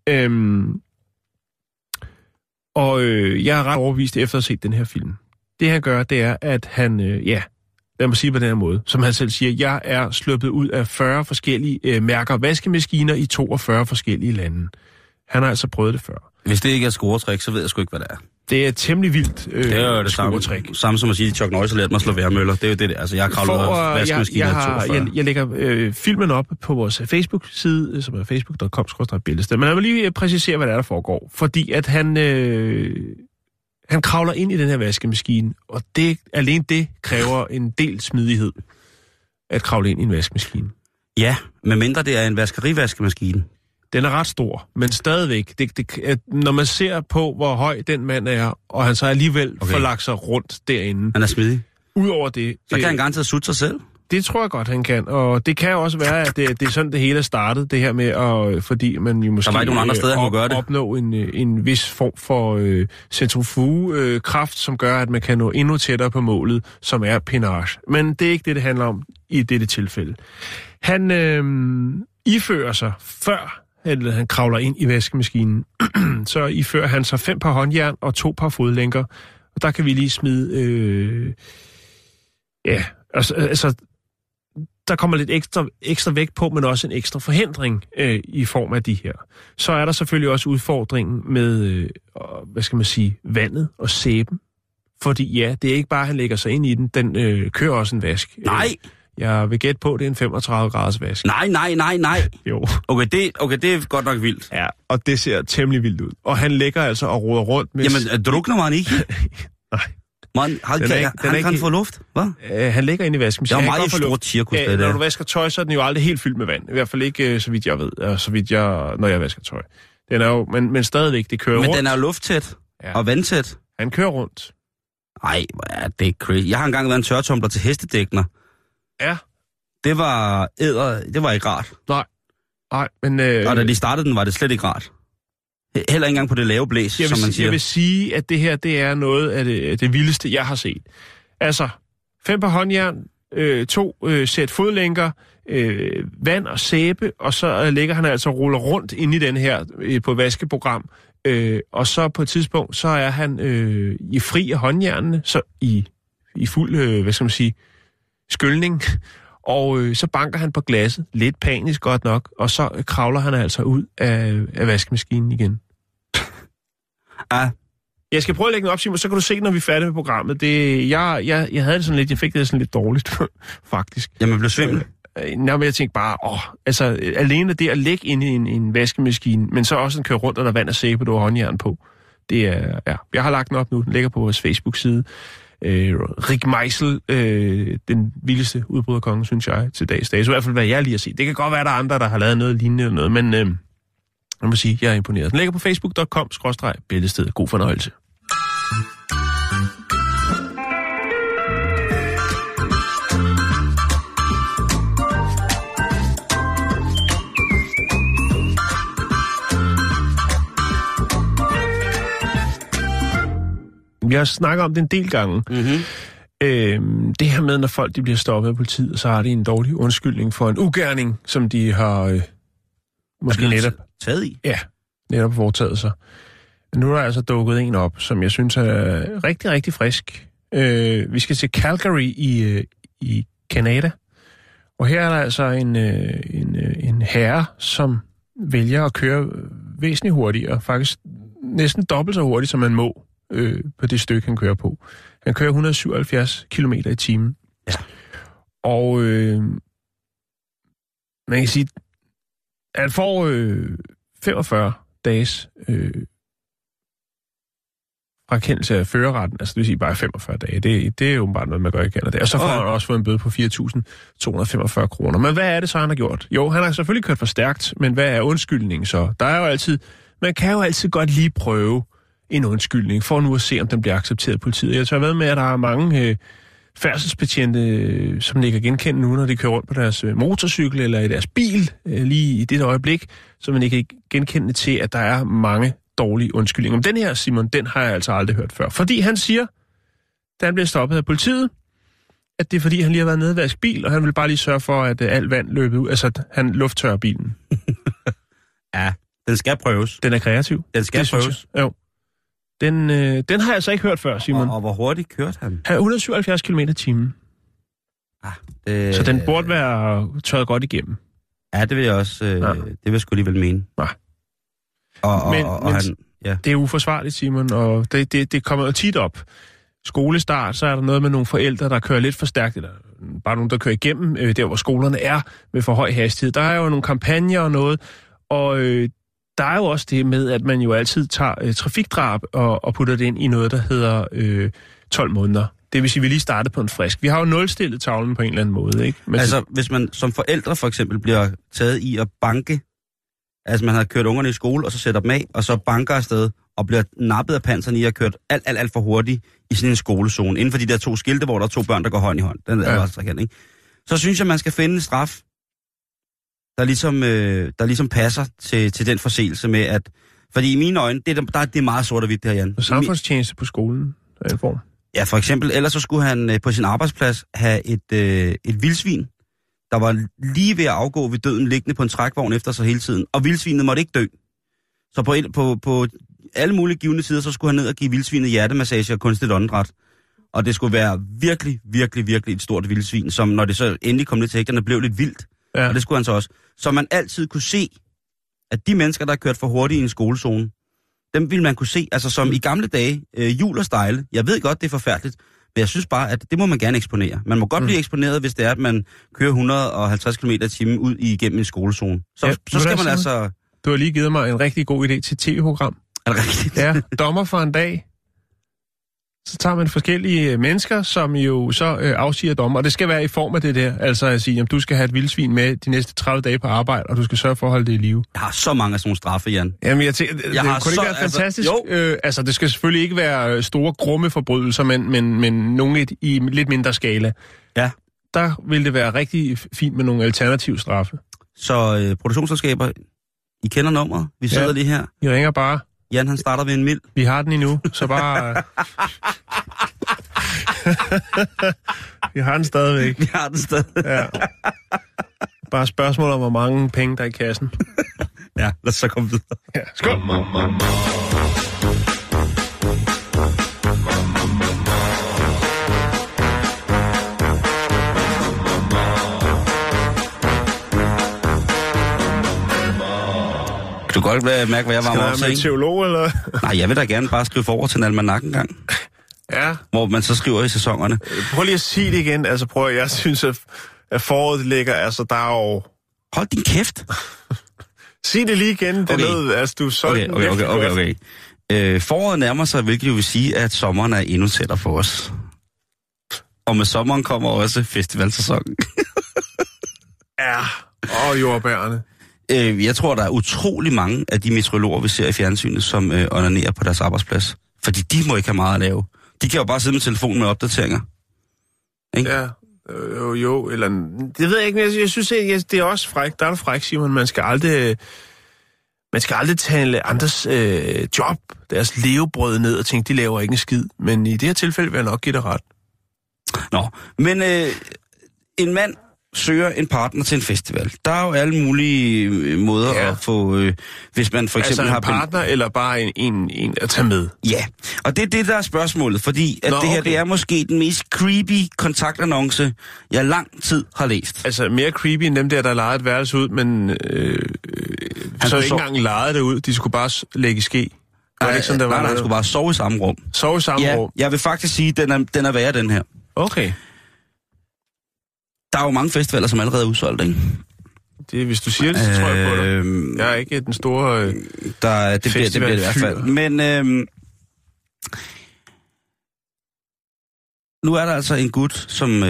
Jeg er ret overbevist efter at have set den her film. Det han gør, det er, at han, lad mig sige på den her måde, som han selv siger, jeg er sluppet ud af 40 forskellige mærker vaskemaskiner i 42 forskellige lande. Han har altså prøvet det før. Hvis det ikke er scoretræk, så ved jeg sgu ikke, hvad det er. Det er temmelig vildt det er jo det samme som at sige, at Chuck Norris har lært mig at slå værmøller. Det er jo det, altså jeg har kravlet ud af vaskemaskiner i 42. Jeg lægger filmen op på vores Facebook-side, som er facebook.com/bæltested. Men lad mig lige præcisere, hvad der foregår. Fordi at han kravler ind i den her vaskemaskine, og alene det kræver en del smidighed at kravle ind i en vaskemaskine. Ja, medmindre det er en vaskerivaskemaskine. Den er ret stor, men stadigvæk, når man ser på, hvor høj den mand er, og han så alligevel får lagt sig rundt derinde. Han er smidig. Udover det... Så kan han garanteret sutte sig selv. Det tror jeg godt, han kan. Og det kan jo også være, at det er sådan, det hele er startet, det her med, fordi man jo måske opnå en vis form for centrifugekraft, som gør, at man kan nå endnu tættere på målet, som er pinage. Men det er ikke det, det handler om i dette tilfælde. Han ifører sig før... eller han kravler ind i vaskemaskinen, så ifører han sig 5 par håndjern og 2 par fodlænker. Og der kan vi lige smide... altså, der kommer lidt ekstra vægt på, men også en ekstra forhindring i form af de her. Så er der selvfølgelig også udfordringen med, vandet og sæben. Fordi ja, det er ikke bare, at han lægger sig ind i den. Den kører også en vask. Nej! Jeg vil gætte på, at det er en 35 graders vask. Nej. Jo. Okay, det er godt nok vildt. Ja, og det ser temmelig vildt ud. Og han ligger altså og roder rundt med... Jamen, drukner man ikke? Nej. Man, han kan få luft, hvad? Han ligger inde i vaskemaskinen. Det er meget stort cirkus, det der. Når du vasker tøj, så er den jo aldrig helt fyldt med vand. I hvert fald ikke, så vidt jeg ved, når jeg vasker tøj. Den er jo, men stadigvæk, det kører rundt. Men den er jo lufttæt og vandtæt. Han kører rundt. Nej, det er crazy. Jeg har engang været en tørretumbler til hestedækner. Ja. Det var ikke rart. Nej, men... Og da de startede den, var det slet ikke rart. Heller ikke engang på det lave blæs, som man siger. Jeg vil sige, at det her, det er noget af det vildeste, jeg har set. Altså, 5 par håndjern, 2 sæt fodlænker, vand og sæbe, og så ligger han altså og ruller rundt inde i den her på vaskeprogram. Og så på et tidspunkt, så er han i fri af håndjernene, så i fuld, skyldning, og så banker han på glasset, lidt panisk godt nok, og så kravler han altså ud af vaskemaskinen igen. Jeg skal prøve at lægge den op, Simon, så kan du se, når vi er færdige med programmet. Jeg havde det sådan lidt, jeg fik det sådan lidt dårligt, faktisk. Jamen, blev svimmel. Men jeg tænkte bare, alene det at lægge ind i en vaskemaskine, men så også den kører rundt, og der vand og sæbe, du har håndjern på. Det er, jeg har lagt den op nu, den ligger på vores Facebook-side. Rick Meisel, den vildeste udbryderkonge, synes jeg, til dags dag. Så i hvert fald, hvad jeg lige har set. Det kan godt være, der er andre, der har lavet noget lignende eller noget, men jeg må sige, jeg er imponeret. Den ligger på facebook.com/bæltested. God fornøjelse. Vi har snakket om det en del gange. Mm-hmm. Det her med, når folk de bliver stoppet af politiet, så har de en dårlig undskyldning for en ugerning, som de har måske netop taget i. Ja, netop foretaget sig. Men nu er der altså dukket en op, som jeg synes er rigtig, rigtig frisk. Vi skal til Calgary i Canada. Og her er der altså en herre, som vælger at køre væsentligt hurtigere. Faktisk næsten dobbelt så hurtigt, som man må på det stykke, han kører på. Han kører 177 km i timen. Ja. Og man kan sige, at han får 45 dages frakendelse af førerretten, altså det vil sige bare 45 dage. Det er jo bare noget, man gør i Canada. Og så får han også fået en bøde på 4.245 kroner. Men hvad er det så, han har gjort? Jo, han har selvfølgelig kørt for stærkt, men hvad er undskyldningen så? Der er jo altid, man kan jo altid godt lige prøve en undskyldning, for nu at se, om den bliver accepteret af politiet. Jeg tager ved med, at der er mange færdselsbetjente, som ikke kan genkende nu, når de kører rundt på deres motorcykel eller i deres bil, lige i det øjeblik, så man ikke kan genkende til, at der er mange dårlige undskyldninger. Men den her, Simon, den har jeg altså aldrig hørt før. Fordi han siger, da han bliver stoppet af politiet, at det er fordi, han lige har været nede og vaske bil, og han vil bare lige sørge for, at alt vand løber ud, altså at han lufttørrer bilen. Ja, den skal prøves. Den er kreativ. Den skal prøves. Jo. Den har jeg altså ikke hørt før, Simon. Og hvor hurtigt kørte han? Han er 177 km i timen. Så den burde være tørret godt igennem. Ja, det vil jeg også. Det vil jeg sgu alligevel mene. Nej. Og han, ja. Det er uforsvarligt, Simon, og det kommer jo tit op. Skolestart, så er der noget med nogle forældre, der kører lidt for stærkt, eller bare nogen, der kører igennem der, hvor skolerne er med for høj hastighed. Der er jo nogle kampagner og noget, og der er jo også det med, at man jo altid tager trafikdrab og putter det ind i noget, der hedder 12 måneder. Det vil sige, at vi lige starter på en frisk. Vi har jo nulstillet tavlen på en eller anden måde, ikke? Men altså, hvis man som forældre for eksempel bliver taget i at banke, altså man har kørt ungerne i skole, og så sætter dem af, og så banker afsted, og bliver nappet af panseren i at kørt alt for hurtigt i sådan en skolezone. Inden for de der 2 skilte, hvor der er 2 børn, der går hånd i hånd. Den er altså ikke. Så synes jeg, man skal finde en straf, der ligesom passer til den forseelse med, at... Fordi i mine øjne, det er meget sort og hvidt, det her, Jan. Samfundstjeneste på skolen er en form. Ja, for eksempel. Ellers så skulle han på sin arbejdsplads have et vildsvin, der var lige ved at afgå ved døden, liggende på en trækvogn efter sig hele tiden. Og vildsvinet måtte ikke dø. Så på alle mulige givne sider, så skulle han ned og give vildsvinet hjertemassage og kunstigt åndedræt. Og det skulle være virkelig, virkelig, virkelig et stort vildsvin, som når det så endelig kom lidt til hægterne, blev lidt vildt. Ja. Og det skulle han så også. Så man altid kunne se, at de mennesker, der har kørt for hurtigt i en skolezone, dem ville man kunne se, altså som i gamle dage, Jul og Stejle. Jeg ved godt, det er forfærdeligt, men jeg synes bare, at det må man gerne eksponere. Man må godt blive eksponeret, hvis det er, at man kører 150 km i timen ud igennem en skolezone. Så skal man altså... Du har lige givet mig en rigtig god idé til tv-program. Er det rigtigt? Ja, dommer for en dag. Så tager man forskellige mennesker, som jo så afsiger dommer. Og det skal være i form af det der. Altså at sige, at du skal have et vildsvin med de næste 30 dage på arbejde, og du skal sørge for at holde det i live. Jeg har så mange af sådan nogle straffe, Jan. Jamen, det kunne ikke være fantastisk. Altså, det skal selvfølgelig ikke være store, grumme forbrydelser, men nogle i lidt mindre skala. Ja. Der vil det være rigtig fint med nogle alternative straffe. Så produktionsselskaber, I kender nummeret. Vi sidder lige her. I ringer bare. Jan, han starter ved en mild. Vi har den endnu, så bare... Vi har den stadigvæk. Vi har den stadig. Ja. Bare spørgsmål om, hvor mange penge der er i kassen. Ja, lad os så komme videre. Ja, skål! Du kan godt mærke, hvad jeg varmer op til. Skal du være teolog, eller? Nej, jeg vil da gerne bare skrive forord til en almanak en gang. Ja. Hvor man så skriver i sæsonerne. Prøv lige at sige det igen. Altså jeg synes, at foråret ligger, altså der er jo... Hold din kæft. Sig det lige igen. Det lød, altså du så... Okay. Foråret nærmer sig, hvilket jo vil sige, at sommeren er endnu tættere for os. Og med sommeren kommer også festivalsæsonen. Ja, og jordbærne. Jeg tror, der er utrolig mange af de meteorologer, vi ser i fjernsynet, som onanerer på deres arbejdsplads. Fordi de må ikke have meget at lave. De kan jo bare sidde med telefonen med opdateringer. Ikke? Ja, eller... Det ved jeg ikke, men jeg synes, det er også frækt. Der er det frækt, Simon. Man skal aldrig... Man skal aldrig tale andres job, deres levebrød ned og tænke, de laver ikke en skid. Men i det her tilfælde vil jeg nok give dig ret. Nå, men en mand søger en partner til en festival. Der er jo alle mulige måder at få, hvis man for eksempel altså har... en partner, eller bare en at tage med? Ja, og det er det, der er spørgsmålet, fordi at det her, det er måske den mest creepy kontaktannonce, jeg lang tid har læst. Altså mere creepy end dem der lejede et værelse ud, men så ikke engang lejede det ud. De skulle bare lægge i ske. Nej, ikke sådan, han skulle bare sove i samme rum. Sove i samme rum? Jeg vil faktisk sige, at den er værre, den her. Okay. Der er jo mange festivaler, som allerede er udsolgt, ikke? Det, hvis du siger det, så tror jeg på det. Jeg er ikke den store det bliver det i hvert fald. Men nu er der altså en gut, som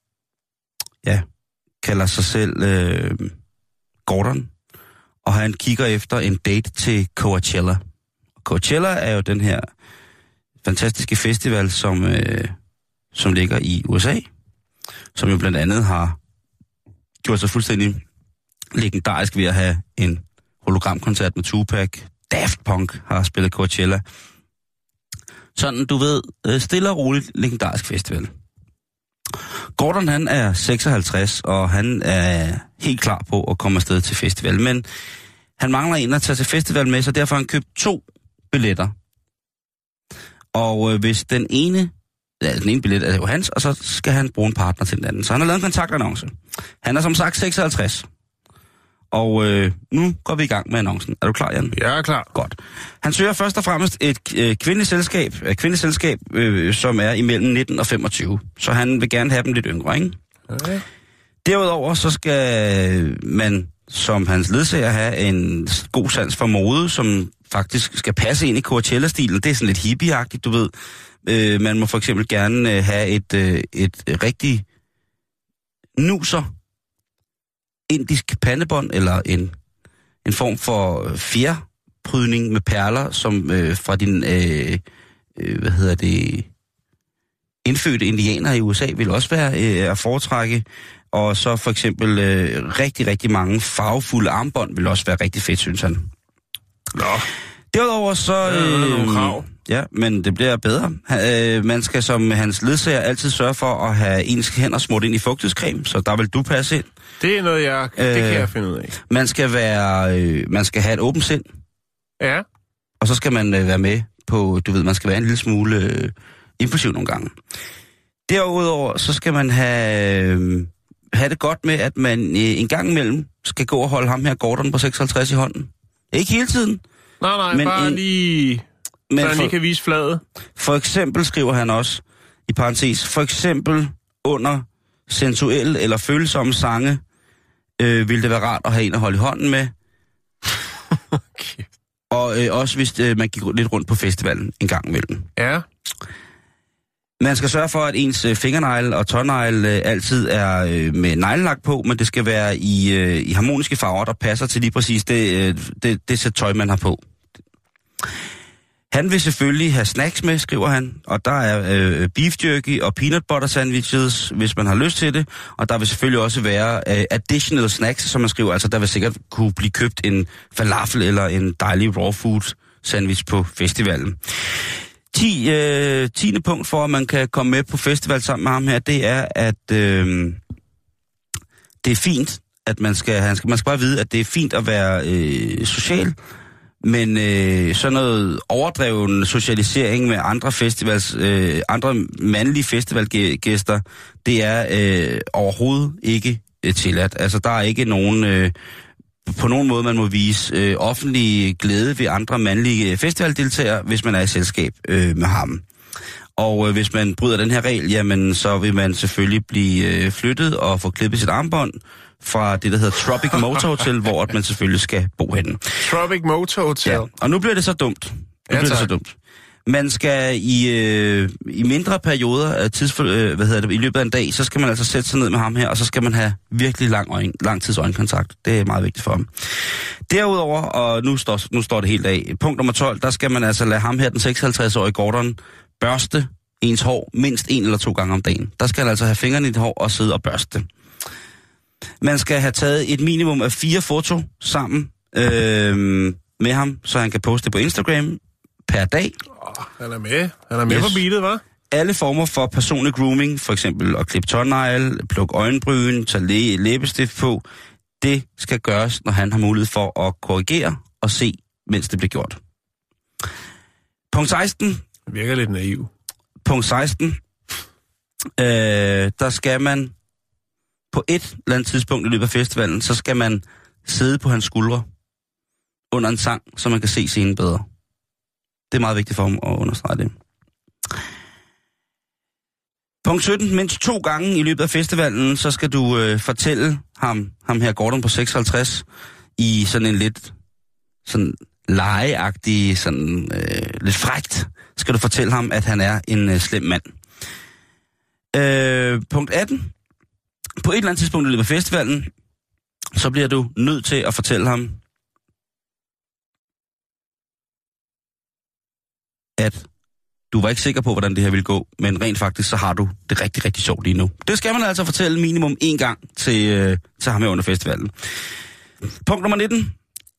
kalder sig selv Gordon, og han kigger efter en date til Coachella. Coachella er jo den her fantastiske festival, som ligger i USA, som jo blandt andet har gjort sig fuldstændig legendarisk ved at have en hologramkoncert med Tupac. Daft Punk har spillet Coachella. Sådan, du ved, stille og roligt legendarisk festival. Gordon, han er 56, og han er helt klar på at komme afsted til festival, men han mangler en at tage til festival med, så derfor har han købt 2 billetter. Og hvis den ene billet er jo hans, og så skal han bruge en partner til den anden. Så han har lavet en kontaktannonce. Han er som sagt 56. Og nu går vi i gang med annoncen. Er du klar, Jan? Jeg er klar. Godt. Han søger først og fremmest et kvindeligt selskab, som er imellem 19 og 25. Så han vil gerne have dem lidt yngre, ikke? Okay. Derudover så skal man som hans ledsager have en god sans for mode, som faktisk skal passe ind i Coachella-stilen. Det er sådan lidt hippieagtigt, du ved. Man må for eksempel gerne have et rigtig nuser indisk pandebånd, eller en form for fjerprydning med perler, som fra din, indfødte indianer i USA vil også være at foretrække. Og så for eksempel rigtig, rigtig mange farvefulde armbånd vil også være rigtig fedt, synes han. Nå. Derudover så... nogle krav. Ja, men det bliver bedre. Man skal som hans ledsager altid sørge for at have ens hænder smurt ind i fugtighedscreme, så der vil du passe ind. Det er noget, det kan jeg finde ud af. Man skal have et åbent sind. Ja. Og så skal man være med på, du ved, man skal være en lille smule impulsiv nogle gange. Derudover så skal man have det godt med, at man en gang imellem skal gå og holde ham her Gordon på 56 i hånden. Ikke hele tiden. Nej, men bare lige... Så han lige kan vise fladet. For eksempel skriver han også, i parentes, for eksempel under sensuelle eller følsomme sange, ville det være rart at have en at holde i hånden med. Okay. Og også hvis man gik lidt rundt på festivalen en gang imellem. Ja. Man skal sørge for, at ens fingernegle og tånegle altid er med neglelak på, men det skal være i harmoniske farver, der passer til lige præcis det sæt tøj, man har på. Han vil selvfølgelig have snacks med, skriver han, og der er beef jerky og peanut butter sandwiches, hvis man har lyst til det, og der vil selvfølgelig også være additional snacks, som man skriver, altså der vil sikkert kunne blive købt en falafel eller en dejlig raw food sandwich på festivalen. 10. punkt for, at man kan komme med på festival sammen med ham her, det er, at det er fint, at man skal bare vide, at det er fint at være social, men sådan noget overdreven socialisering med andre mandlige festivalgæster, det er overhovedet ikke tilladt. Altså, der er ikke nogen... på nogen måde, man må vise offentlig glæde ved andre mandlige festivaldeltagere, hvis man er i selskab med ham. Og hvis man bryder den her regel, jamen så vil man selvfølgelig blive flyttet og få klippet sit armbånd fra det, der hedder Tropic Motor Hotel, hvor man selvfølgelig skal bo henne. Tropic Motor Hotel. Ja. Og nu bliver det så dumt. Man skal i mindre perioder af i løbet af en dag, så skal man altså sætte sig ned med ham her, og så skal man have virkelig lang tids øjenkontakt. Det er meget vigtigt for ham. Derudover, og nu står det helt af, punkt nummer 12, der skal man altså lade ham her, den 56-årige Gordon, børste ens hår mindst 1 eller 2 gange om dagen. Der skal han altså have fingrene i det hår og sidde og børste. Man skal have taget et minimum af 4 foto sammen med ham, så han kan poste det på Instagram per dag. Han er med. Han er med på beatet, hva'? Alle former for personlig grooming, for eksempel at klippe tårnegle, plukke øjenbryn, tage læbestift på, det skal gøres, når han har mulighed for at korrigere og se, mens det bliver gjort. Punkt 16. Det virker lidt naiv. Punkt 16. Der skal man på et eller andet tidspunkt i løbet af festivalen, så skal man sidde på hans skuldre under en sang, så man kan se scenen bedre. Det er meget vigtigt for ham at understrege det. Punkt 17. Mindst 2 gange i løbet af festivalen, så skal du fortælle ham her Gordon på 56, i sådan en lidt sådan legeagtig, sådan lidt frækt, skal du fortælle ham, at han er en slem mand. Punkt 18. På et eller andet tidspunkt i løbet af festivalen, så bliver du nødt til at fortælle ham, at du var ikke sikker på, hvordan det her ville gå, men rent faktisk, så har du det rigtig, rigtig sjovt lige nu. Det skal man altså fortælle minimum 1 gang til ham her under festivalen. Punkt nummer 19.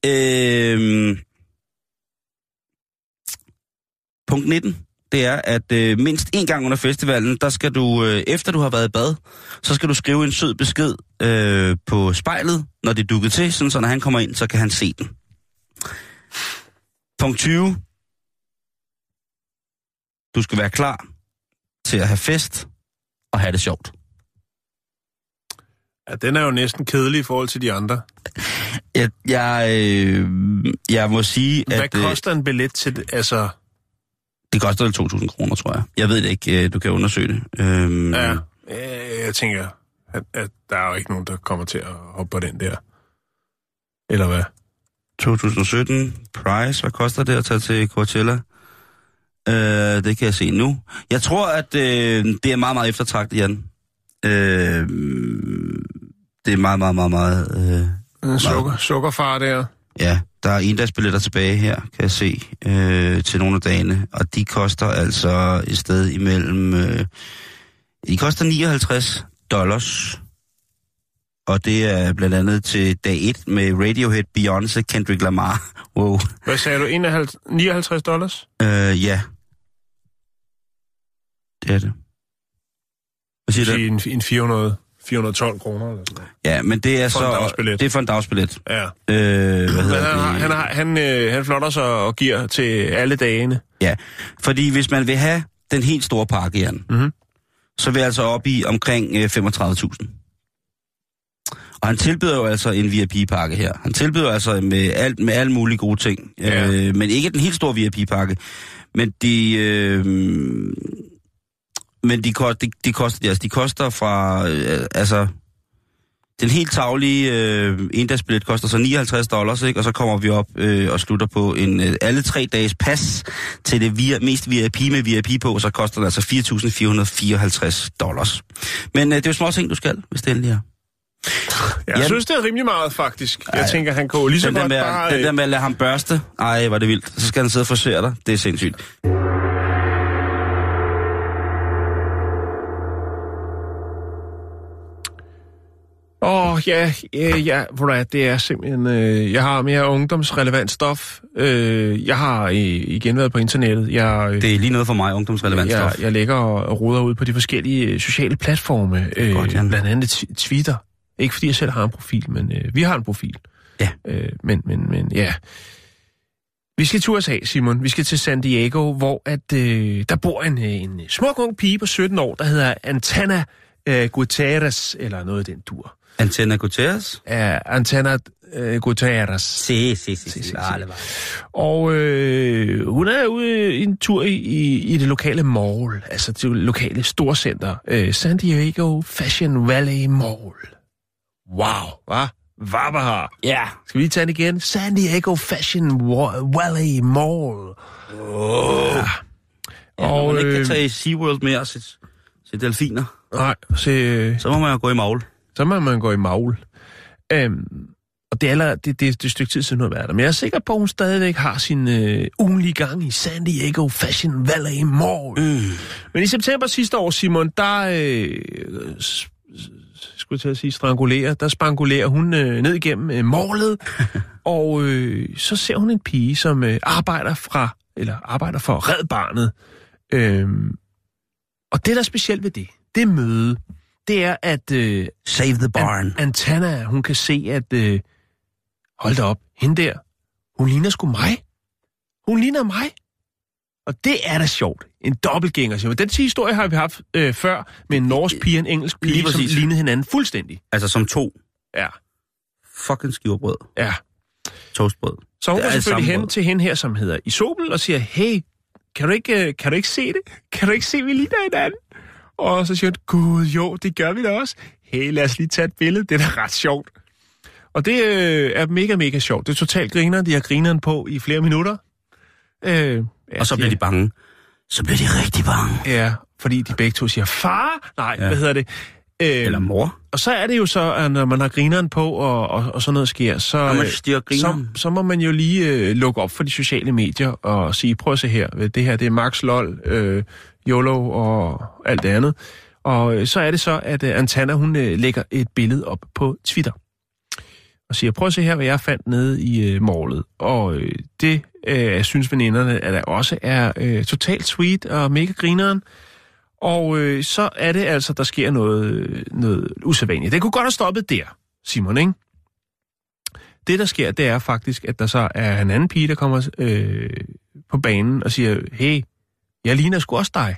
Punkt 19, det er, at mindst 1 gang under festivalen, der skal du, efter du har været i bad, så skal du skrive en sød besked på spejlet, når det er dukket til, sådan så når han kommer ind, så kan han se den. Punkt 20. Du skal være klar til at have fest og have det sjovt. Ja, den er jo næsten kedelig i forhold til de andre. Jeg må sige, hvad at... Hvad koster en billet til det? Altså... Det koster 2.000 kroner, tror jeg. Jeg ved det ikke. Du kan undersøge det. Jeg tænker, at der er jo ikke nogen, der kommer til at hoppe på den der. Eller hvad? 2017. Price. Hvad koster det at tage til Coachella? Det kan jeg se nu. Jeg tror, at det er meget, meget eftertragtet, Jan. Det er meget... Sukkerfar der. Ja, der er endagsbilletter tilbage her, kan jeg se, til nogle af dagene. Og de koster altså et sted imellem... de koster $59. Og det er blandt andet til dag 1 med Radiohead, Beyoncé, Kendrick Lamar. Wow. Hvad sagde du? $59? Ja. Det er det. Hvad siger du? En 412 kroner eller sådan noget. Ja, men det er det er for en dagsbillet. Ja. Han han flotter sig og giver til alle dagene. Ja, fordi hvis man vil have den helt store pakke, Jan, så vil jeg altså op i omkring 35.000. Og han tilbyder jo altså en VIP-pakke her. Han tilbyder altså med alle mulige gode ting. Ja. Men ikke den helt store VIP-pakke. Men de koster fra, den helt taglige endagsbillet koster så $59, ikke? Og så kommer vi op og slutter på en alle 3 dages pas til det mest VIP med VIP på, så koster det altså $4.454. Men det er jo små ting, du skal, hvis det endelig er. Jeg synes, det er rimelig meget, faktisk. Jeg tænker, han kunne lige så godt bare... Den der med at lade ham børste, var det vildt. Så skal han sidde og frisere dig. Det er sindssygt. Det er simpelthen... Jeg har mere ungdomsrelevant stof. Jeg har igen været på internettet. Det er lige noget for mig, ungdomsrelevant stof. Jeg lægger og roder ud på de forskellige sociale platforme. Blandt andet Twitter. Ikke fordi jeg selv har en profil, men vi har en profil. Ja. Men ja... Vi skal til USA, Simon. Vi skal til San Diego, hvor der bor en smuk ung pige på 17 år, der hedder Antana Gutierrez, eller noget af den dur. Antana Gutierrez? Ja, Antana Gutierrez. Si. Og hun er ude i en tur i det lokale mall, altså det lokale storcenter, San Diego Fashion Valley Mall. Wow, hva'? Vabahar. Ja. Skal vi lige tage den igen? San Diego Fashion Valley Mall. Ja, og man ikke kan tage i SeaWorld mere og se delfiner. Nej, så må man jo gå i maul. Og det er et stykke tid siden, hun har været der. Men jeg er sikker på, at hun stadigvæk har sin ugenlige gang i San Diego Fashion Valley Mall. Men i september sidste år, Simon, der skulle jeg til at sige, strangulere, der spangulerer hun ned igennem målet, og så ser hun en pige, som arbejder for Red Barnet. Og det, der er specielt ved det møde, det er, at Save the barn. Antana, hun kan se, at hold da op, hende der, hun ligner sgu mig. Hun ligner mig. Og det er da sjovt. En dobbeltgænger, siger man. Den historie har vi haft før med en norsk pige og en engelsk pige, som lignede hinanden fuldstændig. Altså som to. Ja. Fucking skiverbrød. Ja. Toastbrød. Så hun går selvfølgelig hen til hende her, som hedder Isobel, og siger, hey, kan du ikke se det? Kan du ikke se, vi ligner hinanden? Og så siger hun, gud jo, det gør vi da også. Hey, lad os lige tage et billede. Det er da ret sjovt. Og det er mega, mega sjovt. Det er totalt griner. De har grineren på i flere minutter. Og så bliver de bange. Så bliver de rigtig bange. Ja, fordi de begge to siger, far! Nej, hvad hedder det? Eller mor. Og så er det jo så, at når man har grineren på, og sådan noget sker, så må man jo lige lukke op for de sociale medier og sige, prøv at se her, det her det er Max LOL, YOLO og alt det andet. Og så er det så, at Antana, hun lægger et billede op på Twitter. Og siger, prøv at se her, hvad jeg fandt nede i målet. Og det synes veninderne, at der også er totalt sweet og mega grineren. Og så er det altså, der sker noget usædvanligt. Det kunne godt have stoppet der, Simon, ikke? Det, der sker, det er faktisk, at der så er en anden pige, der kommer på banen og siger, hey, jeg ligner sgu også dig.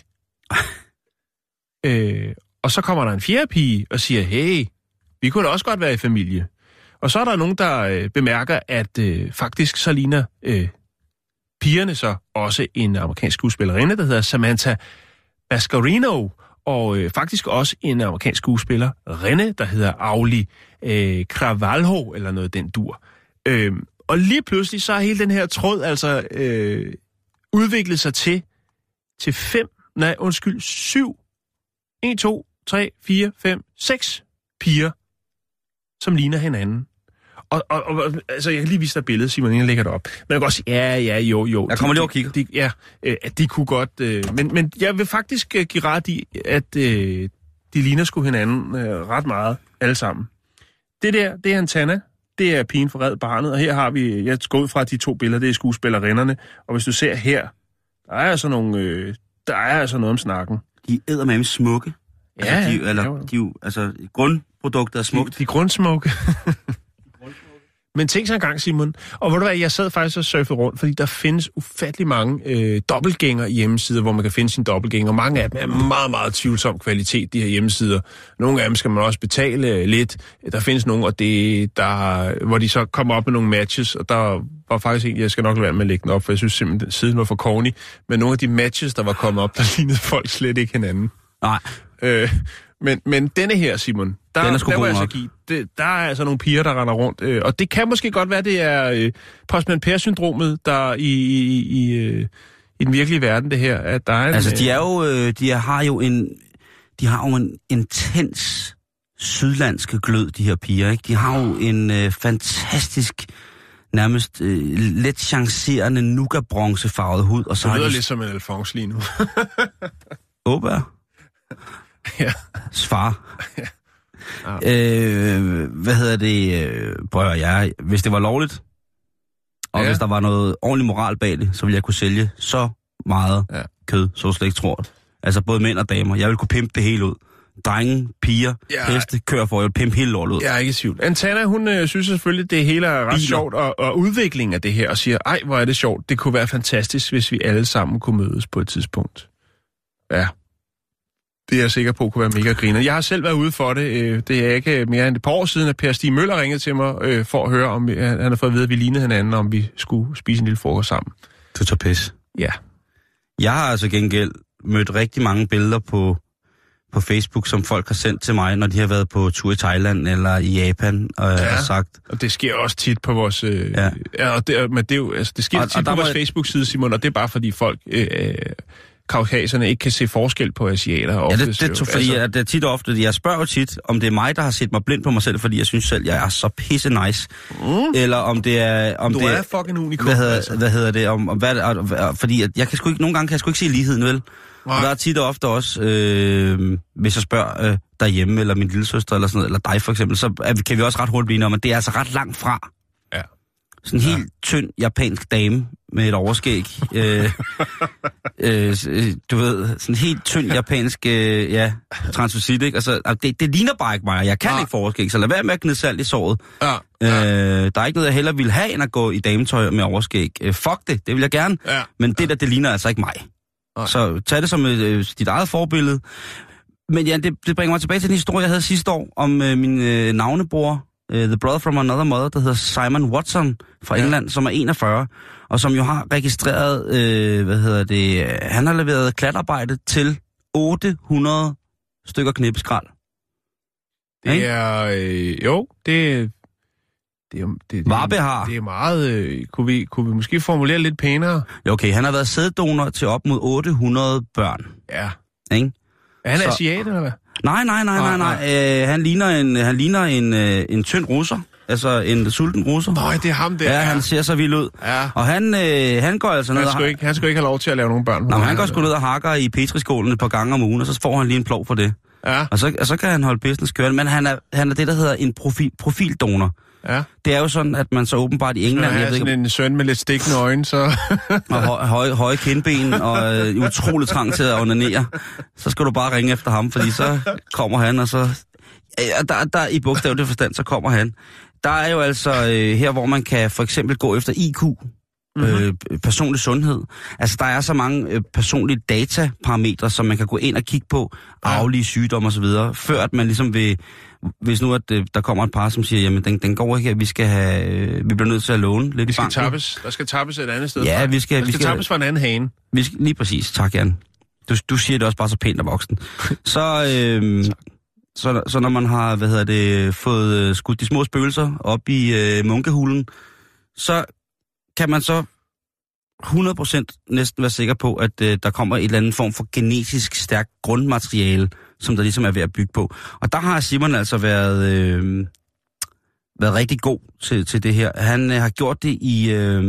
Og så kommer der en fjerde pige og siger, hey, vi kunne da også godt være i familie. Og så er der nogen, der bemærker, at faktisk så ligner pigerne så også en amerikansk skuespillerinde, der hedder Samantha Bascarino, og faktisk også en amerikansk skuespiller, Rene, der hedder Auli Cravalho, eller noget den dur. Og lige pludselig så har hele den her tråd altså udviklet sig til 7, 1, 2, 3, 4, 5, 6 piger, som ligner hinanden. Og altså, jeg kan lige vise dig billedet, Simon, inden jeg lægger det op. Men jeg kan godt sige, jo. Jeg kommer lige over og kigger. De kunne godt... Men jeg vil faktisk give ret i, at de ligner sgu hinanden ret meget, alle sammen. Det der, det er Antana. Det er pigen for Red Barnet, og her har vi... Jeg går ud fra de to billeder, det er skuespillerinderne. Og hvis du ser her, der er altså noget om snakken. De er eddermame smukke. Ja, altså, grundprodukter er smukt. De grundsmukke. Men tænk så en gang, Simon. Og ved du hvad, jeg sad faktisk og surfede rundt, fordi der findes ufattelig mange dobbeltgænger hjemmesider, hvor man kan finde sin dobbeltgænger. Mange af dem er meget, meget tvivlsom kvalitet, de her hjemmesider. Nogle af dem skal man også betale lidt. Der findes nogle, hvor de så kommer op med nogle matches, og der var faktisk en, jeg skal nok lade være med at lægge den op, for jeg synes simpelthen, siden var for corny. Men nogle af de matches, der var kommet op, der lignede folk slet ikke hinanden. Nej. Men denne her, Simon, der må jeg så give. Der er altså nogle piger, der render rundt. Og det kan måske godt være, det er Postman Per-syndromet, der i den virkelige verden, det her. At der er de har jo en intens sydlandske glød, de her piger, ikke? De har jo en fantastisk, nærmest let chancerende nougat-bronzefarvet hud. Og så det lyder lidt som en Alphonse lige nu. Åber. Ja. Svar. Hvis det var lovligt, og hvis der var noget ordentligt moral bag det, så ville jeg kunne sælge så meget kød, så du slet ikke tror det. Altså både mænd og damer. Jeg ville kunne pimpe det hele ud. Drenge, piger, heste, kører for, jeg vil pimpe hele lortet ud. Jeg er ikke i tvivl. Antana, hun synes selvfølgelig, det hele er ret sjovt, og udviklingen af det her, og siger, ej, hvor er det sjovt. Det kunne være fantastisk, hvis vi alle sammen kunne mødes på et tidspunkt. Ja. Det er jeg sikker på kunne være mega griner. Jeg har selv været ude for det. Det er ikke mere end et par år siden, at Per Stig Møller ringede til mig for at høre, om han har fået at vide, at vi lignede hinanden, om vi skulle spise en lille frokost sammen. Du tager pis. Ja. Jeg har altså gengæld mødt rigtig mange billeder på Facebook, som folk har sendt til mig, når de har været på tur i Thailand eller i Japan, og har sagt... og det sker også tit på vores... men det er jo, altså, det sker tit på vores Facebook-side, Simon, og det er bare fordi folk... kaukaserne ikke kan se forskel på asiater. Ja, det fordi at det er tit og ofte, jeg spørger jo tit, om det er mig, der har set mig blind på mig selv, fordi jeg synes selv, jeg er så pisse nice. Eller om det er... Du er fucking unikum. Hvad hedder det? Fordi at jeg kan sgu ikke, nogle gange kan jeg sgu ikke se ligheden, vel? Nej. Og der er tit og ofte også, hvis jeg spørger derhjemme, eller min lillesøster, eller sådan noget, eller dig for eksempel, så kan vi også ret hurtigt blive enige om, at det er altså ret langt fra. Ja. Sådan en helt tynd japansk dame med et overskæg. Du ved, sådan en helt tynd japansk, transvestit, ikke? Altså, det ligner bare ikke mig, jeg kan ikke få overskæg, så lad være med at gnide salt i såret. Ja. Der er ikke noget, jeg hellere ville have, end at gå i dametøj med overskæg. Fuck det vil jeg gerne, men det ligner altså ikke mig. Så tag det som dit eget forbillede. Men ja, det bringer mig tilbage til den historie, jeg havde sidste år, om min navnebror, The Brother from Another Mother, der hedder Simon Watson fra England, som er 41, og som jo har registreret, han har leveret klatarbejde til 800 stykker knippeskrald. Det er, det Varbehar. Det er meget... Kunne vi måske formulere lidt pænere? Okay, han har været sæddonor til op mod 800 børn. Ja. Ikke? Er han asiat, eller hvad? Nej. Han ligner en tynd russer. Altså en sulten russer. Nej, det er ham der. Ja, han ser så vild ud. Ja. Og han går altså ned... Han skal ikke have lov til at lave nogle børn. Nej, han går sgu ned og hakker i petriskålen et par gange om ugen, og så får han lige en plov for det. Ja. Og så kan han holde business kørende. Men han er det, der hedder en profildonor. Ja. Det er jo sådan, at man så åbenbart i England... Jeg sådan en søn med lidt stikkende øjne, så... og høje kindben og utrolig trang til at onanere. Så skal du bare ringe efter ham, fordi så kommer han, og så... Der i bogstaveligt forstand, så kommer han. Der er jo altså her, hvor man kan for eksempel gå efter IQ, personlig sundhed. Altså, der er så mange personlige dataparametre, som man kan gå ind og kigge på, arvelige sygdomme osv., før at man ligesom vil... Hvis nu, at der kommer et par, som siger, jamen, den går ikke her, vi bliver nødt til at låne lidt i banken. Der skal tappes et andet sted. Ja, vi skal tappes fra en anden hane. Lige præcis, tak Jan. Du siger det også bare så pænt af voksen. Så når man har, fået skudt de små spøgelser op i munkehulen, så kan man så 100% næsten være sikker på, at der kommer et eller andet form for genetisk stærkt grundmateriale, som der ligesom er ved at bygge på. Og der har Simon altså været rigtig god til det her. Han har gjort det i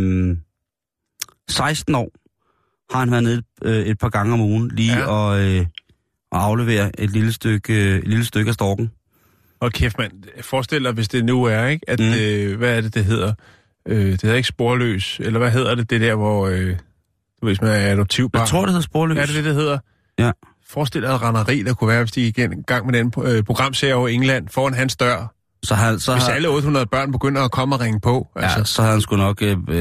16 år. Har han været nede et par gange om ugen lige og aflevere et lille stykke af storken. Og kæft mand, forestil dig, hvis det nu er, ikke? At, hvad er det hedder? Det hedder ikke sporløs, eller hvad hedder det der, hvor, hvis man er adoptivbarn? Jeg tror, det hedder sporløs. Er det hedder? Ja. Forestil dig et renderi, der kunne være, hvis de gik i gang med den programserie over England, foran hans dør. Hvis alle 800 børn begynder at komme og ringe på. Altså. Ja, så havde han sgu nok...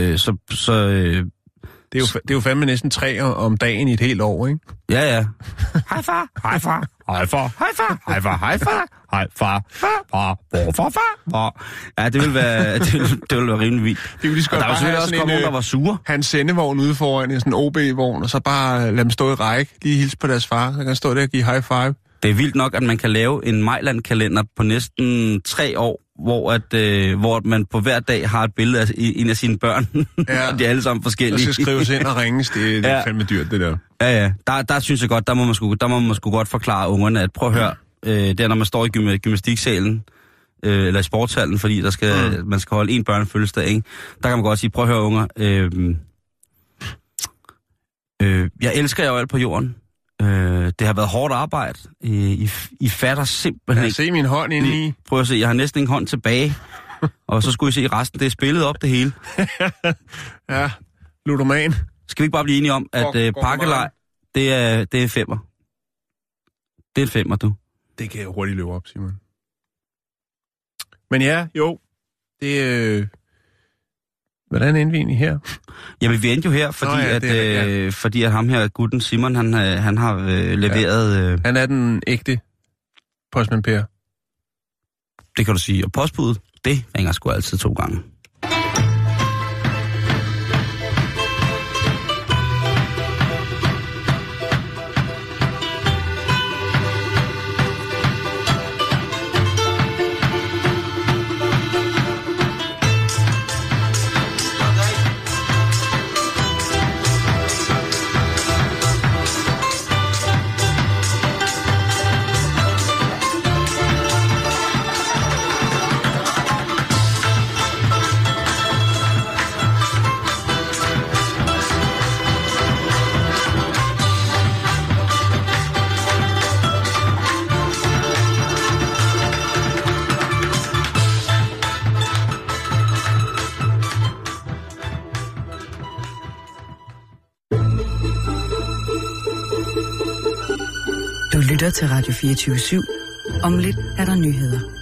Det er jo fandme næsten 3 om dagen i et helt år, ikke? Ja. Hej far, hej far, hej far, hej far, hej far, hej far, hej far, far. Ja, det vil være rimelig vildt. Det ville de der var selvfølgelig også nogen, der var sure. Hans sendevogn ude foran i sådan en OB-vogn, og så bare lade dem stå i række, lige hilse på deres far, så kan han stå der og give high five. Det er vildt nok, at man kan lave en Mejland-kalender på næsten 3 år, hvor man på hver dag har et billede af en af sine børn. Ja. Og de er alle sammen forskellige. Der skal skrives ind og ringes. Det er fandme dyrt, det der. Ja. Der synes jeg godt, der må man sgu godt forklare ungerne, at prøv at høre, det er, når man står i gymnastiksalen, eller i sportshallen, fordi man skal holde en børnefødselsdag, ikke? Der kan man godt sige, prøv at høre unger, jeg elsker jer jo alt på jorden. Det har været hårdt arbejde. I fatter simpelthen ikke. Se min hånd indeni. Prøv at se, jeg har næsten ingen hånd tilbage. Og så skulle I se resten. Det er spillet op, det hele. Ja, ludoman. Skal vi ikke bare blive enige om, at pakkelej, det er 5'er. Det er en 5'er, du. Det kan jeg hurtigt løbe op, Simon. Men ja, jo. Det hvordan endte vi egentlig her? Jamen, vi endte jo her, fordi at ham her, gutten Simon, han har leveret... Ja. Han er den ægte postmand Per. Det kan du sige. Og postbuddet, det ringer sgu altid 2 gange. lytter til Radio 24/7. Om lidt er der nyheder.